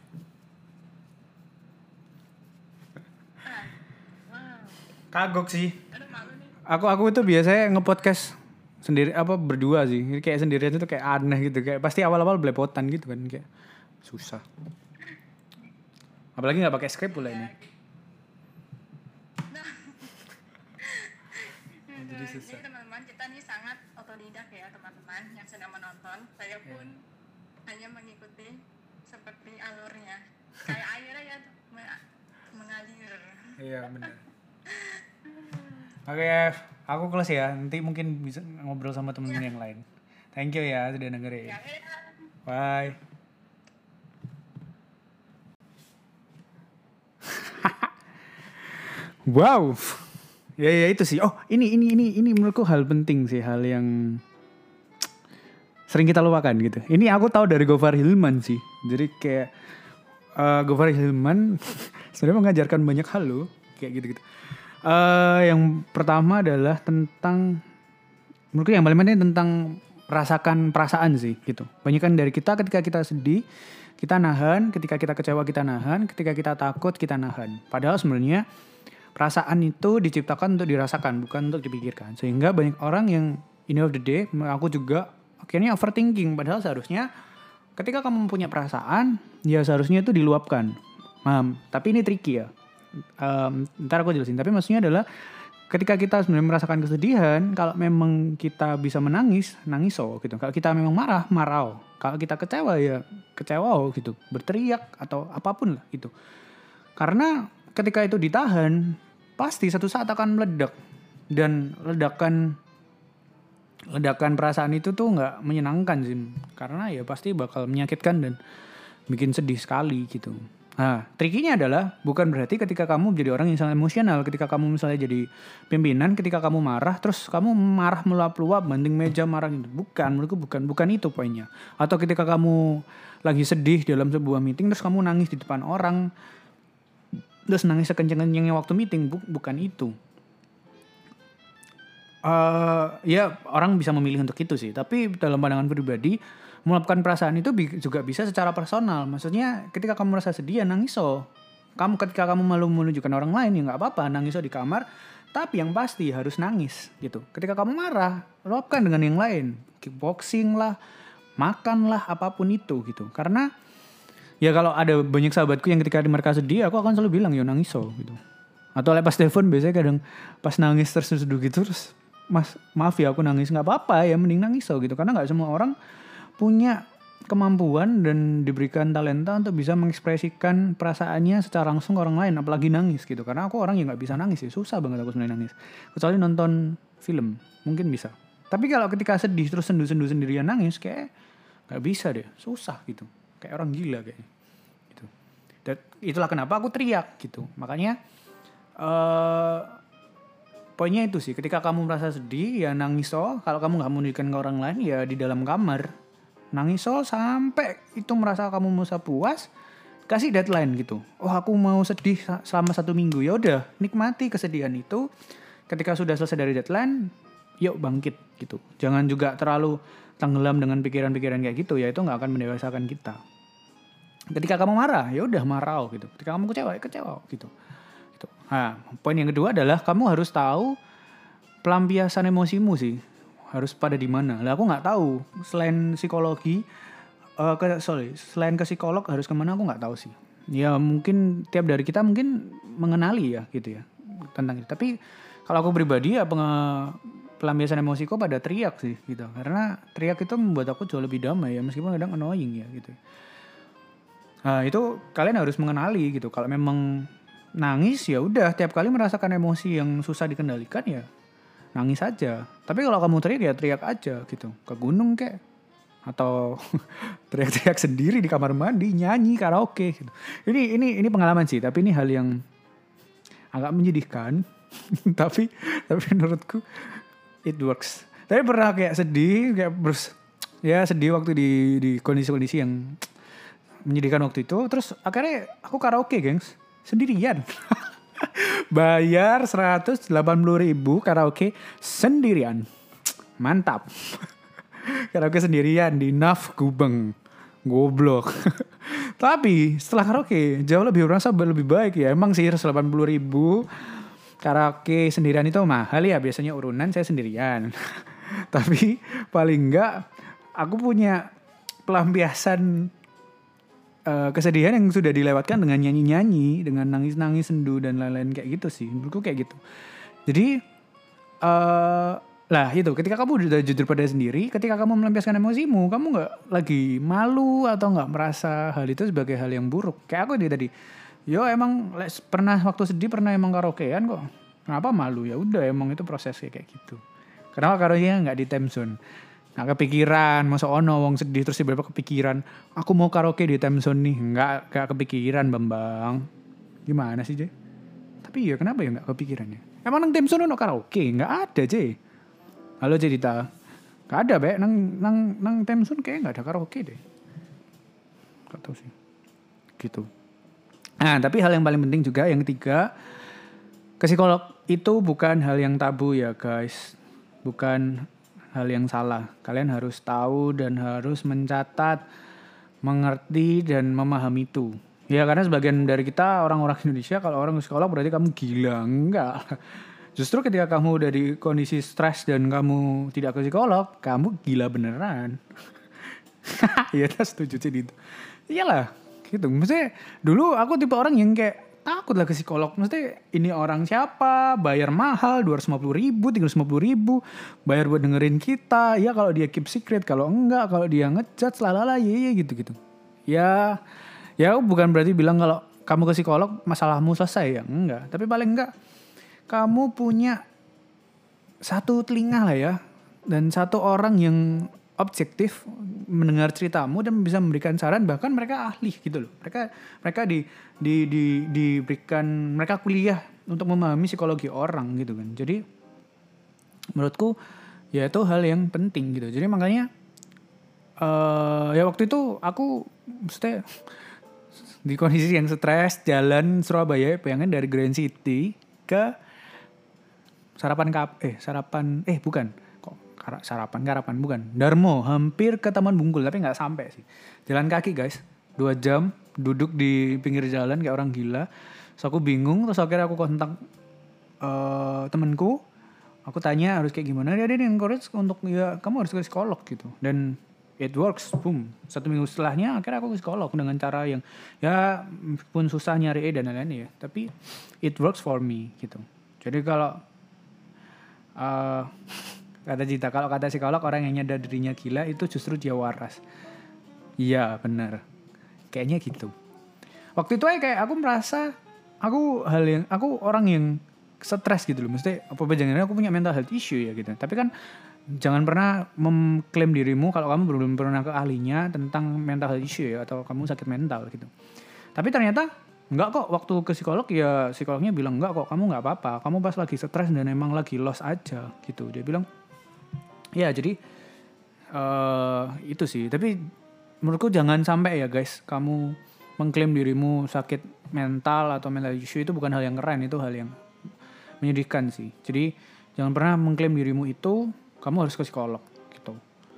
Ah, wow. Kagok sih. Aduh malu nih. Aku aku itu biasanya nge-podcast sendiri apa berdua sih. Kayak sendirian itu kayak aneh gitu. Kayak pasti awal-awal belepotan gitu kan, kayak susah. Apalagi enggak pakai skrip pula ini. Nah. Jadi susah. Jadi teman-teman kita nih sangat otodidak ya teman-teman yang sedang menonton. Saya pun yeah. hanya mengikuti seperti alurnya. Kayak air ya mengalir. Iya benar. Oke, okay, aku kelas ya. Nanti mungkin bisa ngobrol sama teman-teman yeah. yang lain. Thank you ya sudah dengerin. Yeah, yeah. Bye. Wow. Ya ya itu sih. Oh, ini ini ini ini menurutku hal penting sih, hal yang sering kita lupakan gitu. Ini aku tahu dari Gofar Hilman sih. Jadi kayak uh, Gofar Hilman sebenarnya mengajarkan banyak hal loh, kayak gitu-gitu. Uh, yang pertama adalah tentang, menurutku yang paling penting tentang rasakan perasaan sih gitu. Banyak kan dari kita ketika kita sedih kita nahan, ketika kita kecewa kita nahan, ketika kita takut kita nahan. Padahal sebenarnya perasaan itu diciptakan untuk dirasakan, bukan untuk dipikirkan. Sehingga banyak orang yang in the end of the day, aku juga akhirnya overthinking. Padahal seharusnya ketika kamu punya perasaan, ya seharusnya itu diluapkan. Paham? Tapi ini tricky ya. Um, ntar aku jelasin. Tapi maksudnya adalah ketika kita sebenarnya merasakan kesedihan, kalau memang kita bisa menangis, nangis oh gitu. Kalau kita memang marah, marah. Kalau kita kecewa ya kecewa oh gitu. Berteriak atau apapun lah gitu. Karena ketika itu ditahan, pasti satu saat akan meledak. Dan ledakan ledakan perasaan itu tuh nggak menyenangkan sih. Karena ya pasti bakal menyakitkan dan bikin sedih sekali gitu. Nah, trikinya adalah bukan berarti ketika kamu jadi orang yang sangat emosional, ketika kamu misalnya jadi pimpinan, ketika kamu marah, terus kamu marah meluap-luap, banting meja marah gitu. Bukan, menurutku bukan, bukan itu poinnya. Atau ketika kamu lagi sedih dalam sebuah meeting, terus kamu nangis di depan orang, terus nangis sekenceng-kencengnya waktu meeting, bukan itu. Uh, ya orang bisa memilih untuk itu sih, tapi dalam pandangan pribadi, meluapkan perasaan itu juga bisa secara personal. Maksudnya ketika kamu merasa sedih ya nangis oh. Kamu ketika kamu malu menunjukkan orang lain ya nggak apa-apa nangis oh di kamar. Tapi yang pasti harus nangis gitu. Ketika kamu marah, luapkan dengan yang lain. Kickboxing lah, makan lah, apapun itu gitu. Karena ya kalau ada banyak sahabatku yang ketika mereka sedih, aku akan selalu bilang yo nangis oh gitu. Atau pas telepon biasanya kadang pas nangis terus-terus gitu terus, mas maaf ya aku nangis, nggak apa-apa ya mending nangis oh gitu. Karena nggak semua orang punya kemampuan dan diberikan talenta untuk bisa mengekspresikan perasaannya secara langsung ke orang lain, apalagi nangis gitu. Karena aku orang yang nggak bisa nangis sih, susah banget aku sebenarnya nangis. Kecuali nonton film, mungkin bisa. Tapi kalau ketika sedih terus sendu-sendu sendirian nangis, kayak nggak bisa deh, susah gitu. Kayak orang gila kayaknya. Gitu. Dan itulah kenapa aku teriak gitu. Makanya uh, poinnya itu sih, ketika kamu merasa sedih ya nangis oh. Kalau kamu nggak menunjukkan ke orang lain ya di dalam kamar. Nangis oh sampai itu merasa kamu merasa puas, kasih deadline gitu. Oh aku mau sedih selama satu minggu, ya udah nikmati kesedihan itu. Ketika sudah selesai dari deadline, yuk bangkit gitu. Jangan juga terlalu tenggelam dengan pikiran-pikiran kayak gitu, ya itu nggak akan mendewasakan kita. Ketika kamu marah, ya udah marah gitu. Ketika kamu kecewa, ya kecewa gitu. Gitu. Nah, poin yang kedua adalah kamu harus tahu pelampiasan emosimu sih. Harus pada di mana? Lah aku nggak tahu. Selain psikologi, uh, ke, sorry, selain ke psikolog harus kemana aku nggak tahu sih. Ya mungkin tiap dari kita mungkin mengenali ya gitu ya tentang itu. Tapi kalau aku pribadi ya penge- pelampiasan emosiku pada teriak sih gitu. Karena teriak itu membuat aku jauh lebih damai ya meskipun kadang annoying ya gitu. Nah itu kalian harus mengenali gitu. Kalau memang nangis ya udah tiap kali merasakan emosi yang susah dikendalikan ya nangis aja. Tapi kalau kamu teriak ya teriak aja gitu. Ke gunung kek. Atau teriak-teriak sendiri di kamar mandi, nyanyi karaoke gitu. Ini ini ini pengalaman sih, tapi ini hal yang agak menyedihkan. tapi tapi menurutku it works. Tapi pernah kayak sedih, kayak terus ya sedih waktu di di kondisi-kondisi yang menyedihkan waktu itu. Terus akhirnya aku karaoke, gengs, sendirian. Bayar seratus delapan puluh ribu karaoke sendirian. Mantap. Karaoke sendirian di N A F Gubeng. Goblok. Tapi setelah karaoke jauh lebih merasa lebih baik ya. Emang sih seratus delapan puluh ribu karaoke sendirian itu mahal ya. Biasanya urunan saya sendirian. Tapi paling enggak aku punya pelampiasan Uh, kesedihan yang sudah dilewatkan dengan nyanyi-nyanyi, dengan nangis-nangis, sendu dan lain-lain kayak gitu sih. Menurutku kayak gitu. Jadi uh, lah itu ketika kamu sudah jujur pada sendiri, ketika kamu melampiaskan emosimu, kamu nggak lagi malu atau nggak merasa hal itu sebagai hal yang buruk. Kayak aku dia tadi, yo emang pernah waktu sedih pernah emang karaokean kok. Kenapa malu? Ya udah emang itu prosesnya kayak gitu. Kenapa karaokean nggak di time zone? Nggak kepikiran, masa ono wong sedih terus tiba-tiba kepikiran, aku mau karaoke di time zone nih. Nggak, nggak kepikiran Bambang. Gimana sih Jay? Tapi ya kenapa ya nggak kepikirannya? Emang nang time zone ono karaoke? Nggak ada Jay. Halo Jay Dita. Nggak ada be, nang, nang, nang time zone kayaknya nggak ada karaoke deh. Nggak tahu sih. Gitu. Nah tapi hal yang paling penting juga, yang ketiga, ke psikolog itu bukan hal yang tabu ya guys. Bukan hal yang salah. Kalian harus tahu dan harus mencatat, mengerti dan memahami itu. Ya karena sebagian dari kita orang-orang Indonesia kalau orang ke psikolog berarti kamu gila. Enggak. Justru ketika kamu udah di kondisi stres dan kamu tidak ke psikolog, kamu gila beneran. Ya kita setuju sih itu. Iyalah gitu. Maksudnya dulu aku tipe orang yang kayak takut lah ke psikolog. Maksudnya ini orang siapa, bayar mahal dua ratus lima puluh ribu, tiga ratus lima puluh ribu, bayar buat dengerin kita. Ya kalau dia keep secret, kalau enggak, kalau dia ngejudge lalala ya, ya gitu-gitu. Ya ya bukan berarti bilang kalau kamu ke psikolog masalahmu selesai ya, enggak. Tapi paling enggak kamu punya satu telinga lah ya, dan satu orang yang objektif mendengar ceritamu dan bisa memberikan saran, bahkan mereka ahli gitu loh. Mereka mereka di di di diberikan mereka kuliah untuk memahami psikologi orang gitu kan. Jadi menurutku ya itu hal yang penting gitu. Jadi makanya uh, ya waktu itu aku mesti di kondisi yang stres jalan Surabaya, bayangin dari Grand City ke sarapan kap eh sarapan eh bukan sarapan karapan bukan Darmo, hampir ke Taman Bungkul tapi nggak sampai sih, jalan kaki guys, dua jam duduk di pinggir jalan kayak orang gila. So aku bingung, terus akhirnya aku kontak uh, temenku, aku tanya harus kayak gimana, dia dia encourage untuk ya kamu harus ke psikolog gitu, dan it works, boom, satu minggu setelahnya akhirnya aku ke psikolog dengan cara yang ya pun susah nyari e dan lain-lain ya, tapi it works for me gitu. Jadi kalau uh, kata Cita, kalau kata psikolog orang yang nyadar dirinya gila itu justru dia waras. Iya benar, kayaknya gitu. Waktu itu aja kayak aku merasa aku hal yang aku orang yang stres gitu loh. Maksudnya apa jangan aku punya mental health issue ya gitu. Tapi kan jangan pernah mengklaim dirimu kalau kamu belum pernah ke ahlinya tentang mental health issue ya, atau kamu sakit mental gitu. Tapi ternyata enggak kok, waktu ke psikolog ya psikolognya bilang enggak kok, kamu enggak apa-apa, kamu pas lagi stres dan emang lagi lost aja gitu. Dia bilang ya jadi uh, itu sih. Tapi menurutku jangan sampai ya guys kamu mengklaim dirimu sakit mental atau mental issue, itu bukan hal yang keren, itu hal yang menyedihkan sih. Jadi jangan pernah mengklaim dirimu itu kamu harus ke psikolog gitu.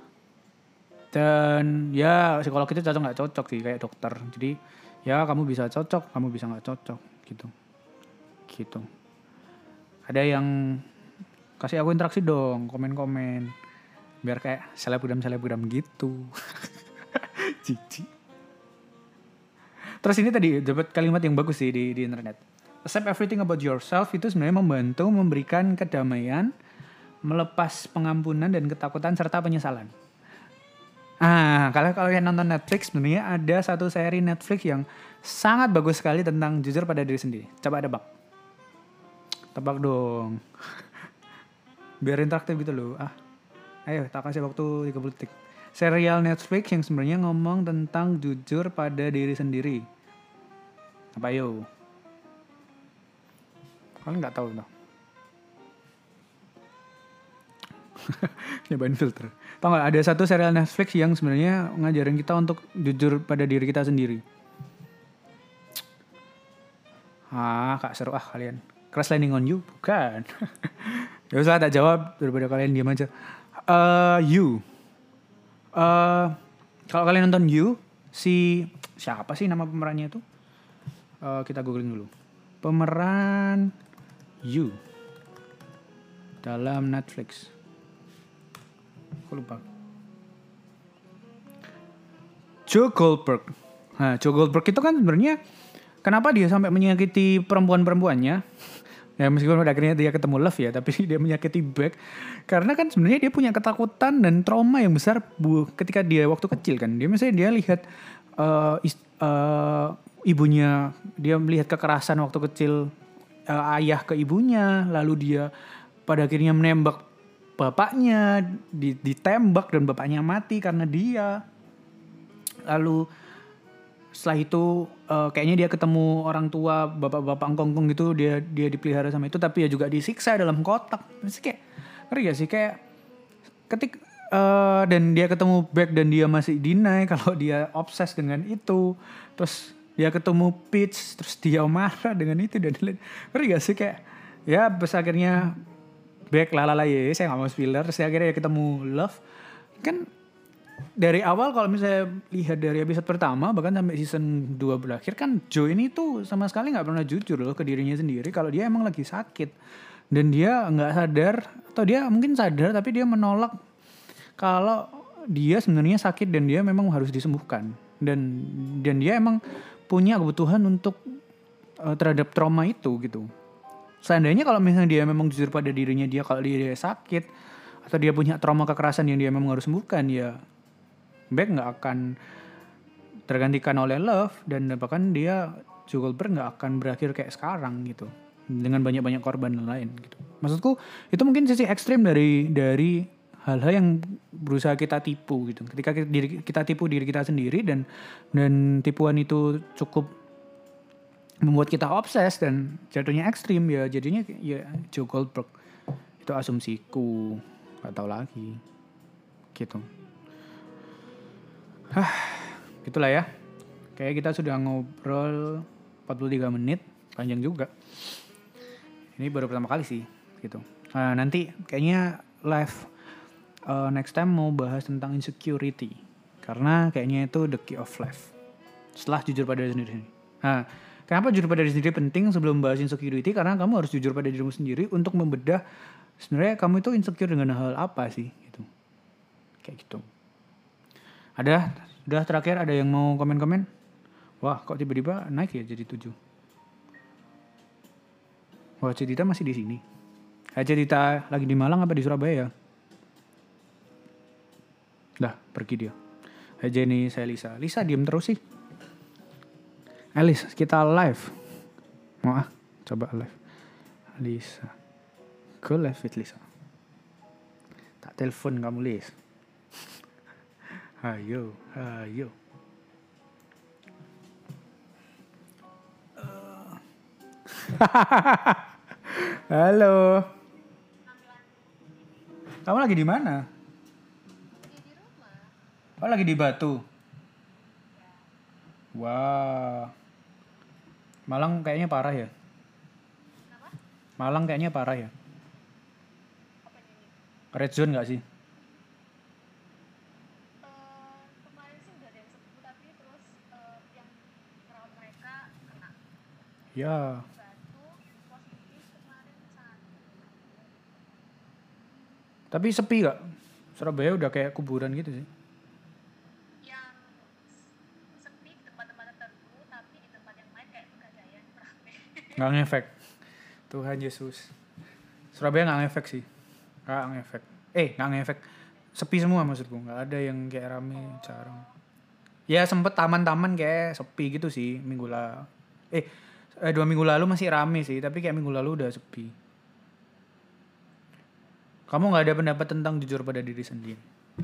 Dan ya psikolog itu cocok nggak cocok sih, kayak dokter. Jadi ya kamu bisa cocok, kamu bisa nggak cocok gitu. Gitu. Ada yang kasih aku interaksi dong, komen-komen. Biar kayak selebgram-selebgram gitu. Cici. Terus ini tadi dapat kalimat yang bagus sih di, di internet. Accept everything about yourself itu sebenarnya membantu memberikan kedamaian, melepas pengampunan dan ketakutan serta penyesalan. Ah, kalau kalau yang nonton Netflix sebenarnya ada satu seri Netflix yang sangat bagus sekali tentang jujur pada diri sendiri. Coba tebak. Tebak dong. biar interaktif gitu loh. Ah, ayo tak kasih waktu tiga puluh detik. Serial Netflix yang sebenarnya ngomong tentang jujur pada diri sendiri. Apa yo? Kalian nggak tahu no? Nyobain filter. Tau nggak ada satu serial Netflix yang sebenarnya ngajarin kita untuk jujur pada diri kita sendiri. Ah, kak seru ah kalian. Crash Landing on You? Bukan. Ya usah tak jawab daripada kalian diam aja. Uh, you. Uh, kalau kalian nonton You, si siapa sih nama pemerannya itu? Uh, kita googling dulu. Pemeran You dalam Netflix. Aku lupa. Joe Goldberg. Nah, Joe Goldberg itu kan sebenarnya kenapa dia sampai menyakiti perempuan-perempuannya? Ya meskipun pada akhirnya dia ketemu love ya, tapi dia menyakiti Beck karena kan sebenarnya dia punya ketakutan dan trauma yang besar bu ketika dia waktu kecil kan. Dia misalnya dia lihat uh, is, uh, ibunya, dia melihat kekerasan waktu kecil uh, ayah ke ibunya, lalu dia pada akhirnya menembak bapaknya, ditembak dan bapaknya mati karena dia. Lalu setelah itu uh, kayaknya dia ketemu orang tua bapak-bapak angkong-angkong gitu, dia dia dipelihara sama itu, tapi ya juga disiksa dalam kotak. Masih kayak ngeri gak sih kayak ketik uh, dan dia ketemu Beck dan dia masih deny kalau dia obses dengan itu. Terus dia ketemu Peach terus dia marah dengan itu dan lain. Ngeri gak sih kayak ya pas akhirnya Beck lalala ya, saya gak mau spoiler. Terus akhirnya ya ketemu Love. Kan dari awal kalau misalnya lihat dari episode pertama bahkan sampai season dua berakhir kan Joe ini tuh sama sekali gak pernah jujur loh ke dirinya sendiri kalau dia emang lagi sakit. Dan dia gak sadar, atau dia mungkin sadar tapi dia menolak kalau dia sebenarnya sakit dan dia memang harus disembuhkan. Dan dan dia emang punya kebutuhan untuk uh, terhadap trauma itu gitu. Seandainya kalau misalnya dia memang jujur pada dirinya dia kalau dia, dia sakit atau dia punya trauma kekerasan yang dia memang harus sembuhkan, ya Beck nggak akan tergantikan oleh Love dan bahkan dia Joe Goldberg nggak akan berakhir kayak sekarang gitu dengan banyak-banyak korban lain gitu. Maksudku itu mungkin sisi ekstrim dari dari hal-hal yang berusaha kita tipu gitu. Ketika kita, diri, kita tipu diri kita sendiri dan dan tipuan itu cukup membuat kita obses dan jatuhnya ekstrim, ya jadinya ya Joe Goldberg. Itu asumsiku, gak tahu lagi gitu. Hah, gitulah ya. Kayak kita sudah ngobrol empat puluh tiga menit, panjang juga. Ini baru pertama kali sih gitu. Nah, nanti kayaknya live uh, next time mau bahas tentang insecurity karena kayaknya itu the key of life. Setelah jujur pada diri sendiri. Nah, kenapa jujur pada diri sendiri penting sebelum bahas insecurity? Karena kamu harus jujur pada dirimu sendiri untuk membedah sebenarnya kamu itu insecure dengan hal apa sih gitu. Kayak gitu. Ada, udah terakhir ada yang mau komen-komen? Wah, kok tiba-tiba naik ya jadi tujuh. Wah, Cedita masih di sini. Hai Cedita, lagi di Malang apa di Surabaya? Dah, pergi dia. Hai Jenny, saya Lisa. Lisa diem terus sih. Elis, kita live. Mau ah, coba live. Lisa. Go live with Lisa. Tak telepon kamu, Lis. Ayo, ayo. Uh. Halo. Kamu lagi di mana? Lagi di rumah. Oh, lagi di Batu. Wah. Malang kayaknya parah ya. Kenapa? Malang kayaknya parah ya. Apa ini? Red zone gak sih? Uh, kemarin sih udah ada yang sembuh tapi terus uh, yang perawat mereka kena. Ya. Batu positif kemarin satu. Tapi sepi gak? Surabaya udah kayak kuburan gitu sih. Yang sepi di tempat-tempat tertentu tapi di tempat yang lain kayak Pegadaian rame. Gak ngefek. Tuhan Yesus. Surabaya gak ngefek sih. Gak ngefek. Eh gak ngefek. Sepi semua maksudku. Gak ada yang kayak rame, jarang. Ya sempet taman-taman kayak sepi gitu sih. Minggu lalu. Eh, eh dua minggu lalu masih rame sih. Tapi kayak minggu lalu udah sepi. Kamu nggak ada pendapat tentang jujur pada diri sendiri?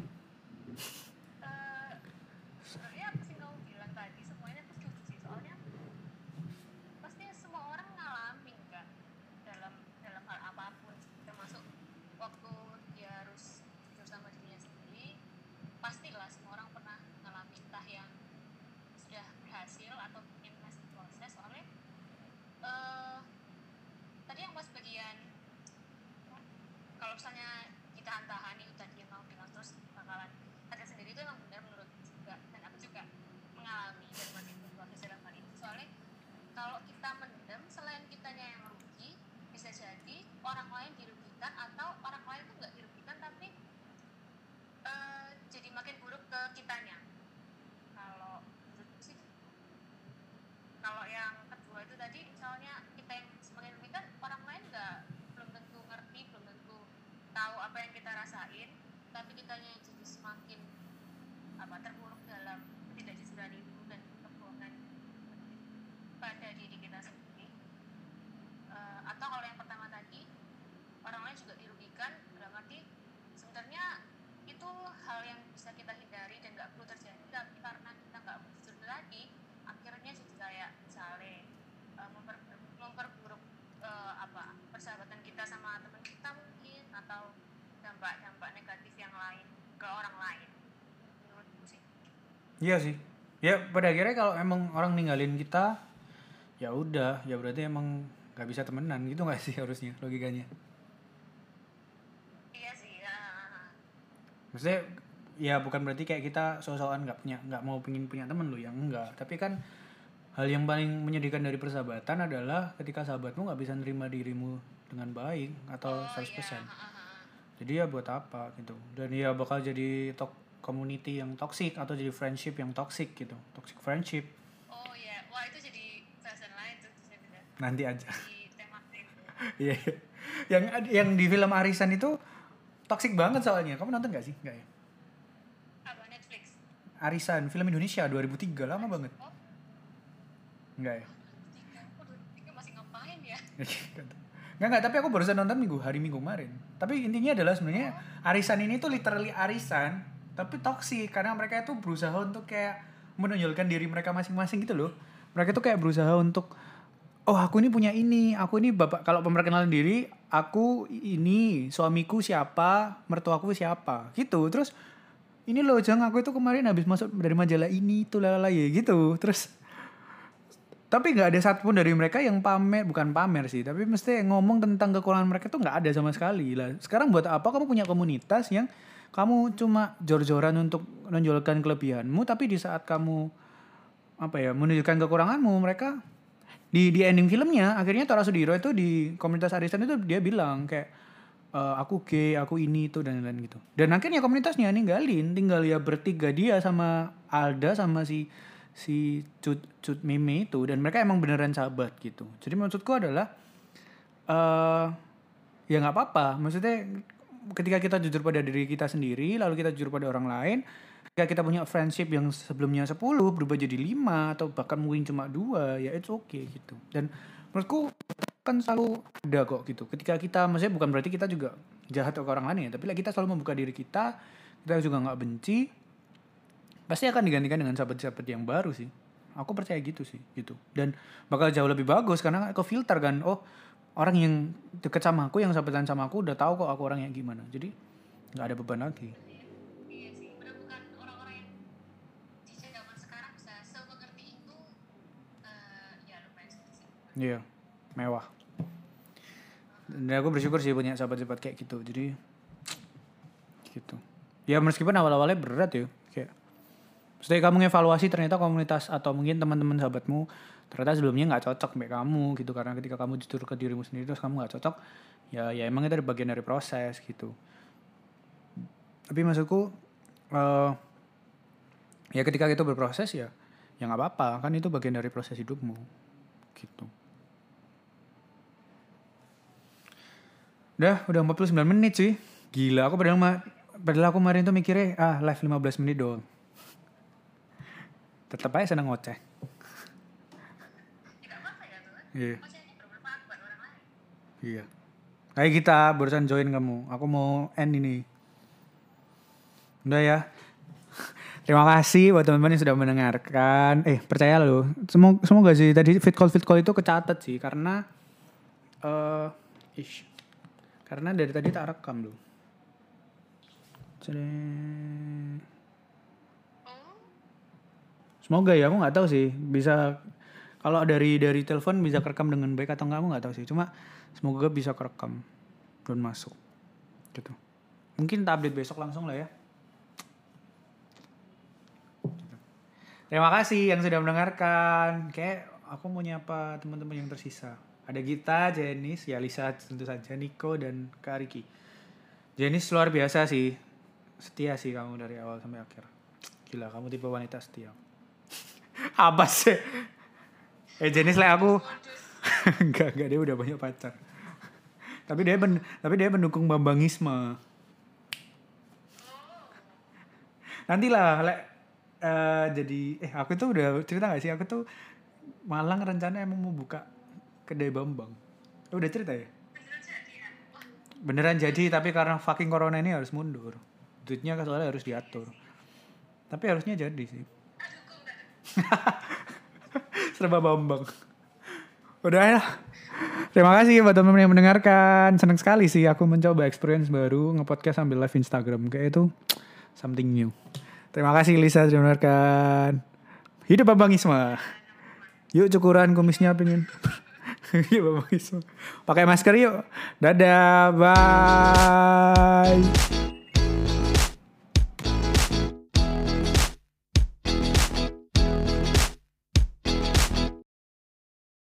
Eh, sebenarnya apa sih kamu bilang tadi semuanya tuh setuju sih, soalnya pasti semua orang ngalamin kan dalam dalam hal apapun, termasuk waktu dia harus jujur sama dirinya sendiri. Pastilah semua orang pernah ngalamin, entah yang sudah berhasil atau mungkin masih proses. Soalnya eh tadi yang pas bagian kalau misalnya kita tahan itu tadi yang mau bilang terus bakalan ada sendiri, itu emang benar menurut juga, dan aku juga mengalami dan masih berproses dalam hal itu. Soalnya kalau kita mendem, selain kitanya yang rugi, bisa jadi orang lain dirugikan, atau orang lain tuh nggak dirugikan tapi eh, jadi makin buruk ke kitanya. Kalau menurutku sih, kalau yang kedua itu tadi, misalnya kita yang semakin rugikan, orang lain nggak, belum tentu ngerti, belum tentu tahu apa yang kita rasain, tapi kitanya yang jadi semakin apa terpuruk dalam ketidakjujuran itu dan kebohongan pada diri kita sendiri. Eh, atau kalau yang pertama tadi, orang lain juga dirugikan, dalam arti sebenarnya itu hal yang bisa kita hindari dan nggak perlu terjadi, tapi karena kita nggak jujur tadi, akhirnya jadi kayak misalnya eh, memper, memperburuk eh, apa persahabatan kita sama teman kita mungkin, atau dampak-dampak negatif yang lain ke orang lain, menurutku sih. Iya sih. Ya pada akhirnya kalau emang orang ninggalin kita, ya udah, ya berarti emang nggak bisa temenan gitu nggak sih harusnya logikanya? Iya sih ya. Maksudnya ya bukan berarti kayak kita so-soan nggak punya, nggak mau pengin punya temen lo, yang enggak. Tapi kan hal yang paling menyedihkan dari persahabatan adalah ketika sahabatmu nggak bisa nerima dirimu dengan baik atau Oh seratus iya, persen. ha, ha, ha. Jadi ya buat apa gitu. Dan ya bakal jadi tok community yang toxic atau jadi friendship yang toxic gitu. Toxic friendship. Oh iya, wah itu jadi bahasan lain tuh sebenarnya, Nanti aja. di tema itu. Iya. yang yang di film Arisan itu toxic banget soalnya. Kamu nonton gak sih? Enggak ya? Apa, Netflix? Arisan, film Indonesia dua ribu tiga, lama banget. Oh, Enggak ya? tiga, oh dua ribu tiga masih ngapain ya? Enggak, enggak, tapi aku barusan nonton minggu hari Minggu kemarin. Tapi intinya adalah sebenarnya Arisan ini tuh literally arisan, tapi toksik karena mereka itu berusaha untuk kayak menonjolkan diri mereka masing-masing gitu loh. Mereka tuh kayak berusaha untuk, oh aku ini punya ini, aku ini bapak, kalau pemperkenalan diri, aku ini, suamiku siapa, mertuaku siapa, gitu. Terus ini loh Jang, aku itu kemarin habis masuk dari majalah ini tuh lalala ya gitu. Terus tapi nggak ada satupun dari mereka yang pamer, bukan pamer sih, tapi mesti ngomong tentang kekurangan mereka tuh nggak ada sama sekali lah. Sekarang buat apa kamu punya komunitas yang kamu cuma jor-joran untuk menonjolkan kelebihanmu, tapi di saat kamu apa ya menunjukkan kekuranganmu, mereka di di ending filmnya akhirnya Tora Sudiro itu di komunitas arisan itu dia bilang kayak e, aku gay, aku ini itu dan lain-lain gitu. Dan akhirnya komunitasnya ninggalin, tinggal ya bertiga dia sama Alda sama si si Cut Cut Mimi itu, dan mereka emang beneran sahabat gitu. Jadi maksudku adalah uh, ya nggak apa-apa. Maksudnya ketika kita jujur pada diri kita sendiri, lalu kita jujur pada orang lain, ketika kita punya friendship yang sebelumnya sepuluh berubah jadi lima atau bahkan mungkin cuma dua, ya it's okay gitu. Dan menurutku kan selalu ada kok gitu. Ketika kita, maksudnya bukan berarti kita juga jahat ke orang lain ya, tapi lah kita selalu membuka diri kita, kita juga nggak benci, pasti akan digantikan dengan sahabat-sahabat yang baru sih. Aku percaya gitu sih, gitu. Dan bakal jauh lebih bagus karena ke filter kan. Oh, orang yang deket sama aku, yang sahabatan sama aku udah tahu kok aku orangnya gimana. Jadi nggak ada beban lagi. Iya sih, udah bukan orang-orang yang di zaman sekarang bisa semengerti itu. eh ya lumayan sih. Iya, mewah. Dan aku bersyukur sih punya sahabat-sahabat kayak gitu. Jadi gitu. Ya meskipun awal-awalnya berat ya, kayak maksudnya kamu ngevaluasi ternyata komunitas atau mungkin teman-teman sahabatmu ternyata sebelumnya nggak cocok mbak kamu gitu, karena ketika kamu jujur ke dirimu sendiri terus kamu nggak cocok, ya ya emang itu ada bagian dari proses gitu. Tapi maksudku uh, ya ketika itu berproses ya ya nggak apa-apa, kan itu bagian dari proses hidupmu gitu. Udah udah empat puluh sembilan menit sih, gila. Aku padahal ma- padahal aku kemarin tuh mikirnya ah live lima belas menit doang. Tetap aja seneng ngoceh. Tidak apa-apa ya tuh kan. Iya. Maksudnya bermanfaat buat orang lain. Iya. Kayak kita barusan join kamu. Aku mau end ini. Udah ya. Terima kasih buat teman-teman yang sudah mendengarkan. Eh percaya loh. Semoga, semoga sih tadi fit call fit call itu kecatat sih karena uh, ish. Karena dari tadi tak rekam loh. Jadi semoga ya, aku nggak tahu sih bisa kalau dari dari telepon bisa kerekam dengan baik atau enggak, aku nggak tahu sih. Cuma semoga bisa kerekam dan masuk gitu. Mungkin tak update besok langsung lah ya. Terima kasih yang sudah mendengarkan. Kayak aku mau nyapa teman-teman yang tersisa. Ada Gita, Jenis, ya Lisa tentu saja, Niko dan Kak Riki. Jenis luar biasa sih. Setia sih kamu dari awal sampai akhir. Gila, kamu tipe wanita setia. Apa sih? Eh Jenis lah aku. enggak, enggak, dia udah banyak pacar. Tapi dia ben, tapi dia pendukung Bambangisme. Nantilah, le, uh, jadi eh aku tuh udah cerita gak sih? Aku tuh Malang rencana emang mau buka kedai Bambang. Oh, udah cerita ya? Beneran jadi ya? Beneran jadi, tapi karena fucking corona ini harus mundur. Duitnya soalnya harus diatur. Tapi harusnya jadi sih. Serba Bambang. Udah ya. Terima kasih buat teman-teman yang mendengarkan. Senang sekali sih aku mencoba experience baru nge-podcast sambil live Instagram. Kayak itu something new. Terima kasih Lisa sudah mendengarkan. Hidup Bambangisme. Yuk cukuran kumisnya pingin. Yuk Bambangisme. Pakai masker yuk. Dadah. Bye.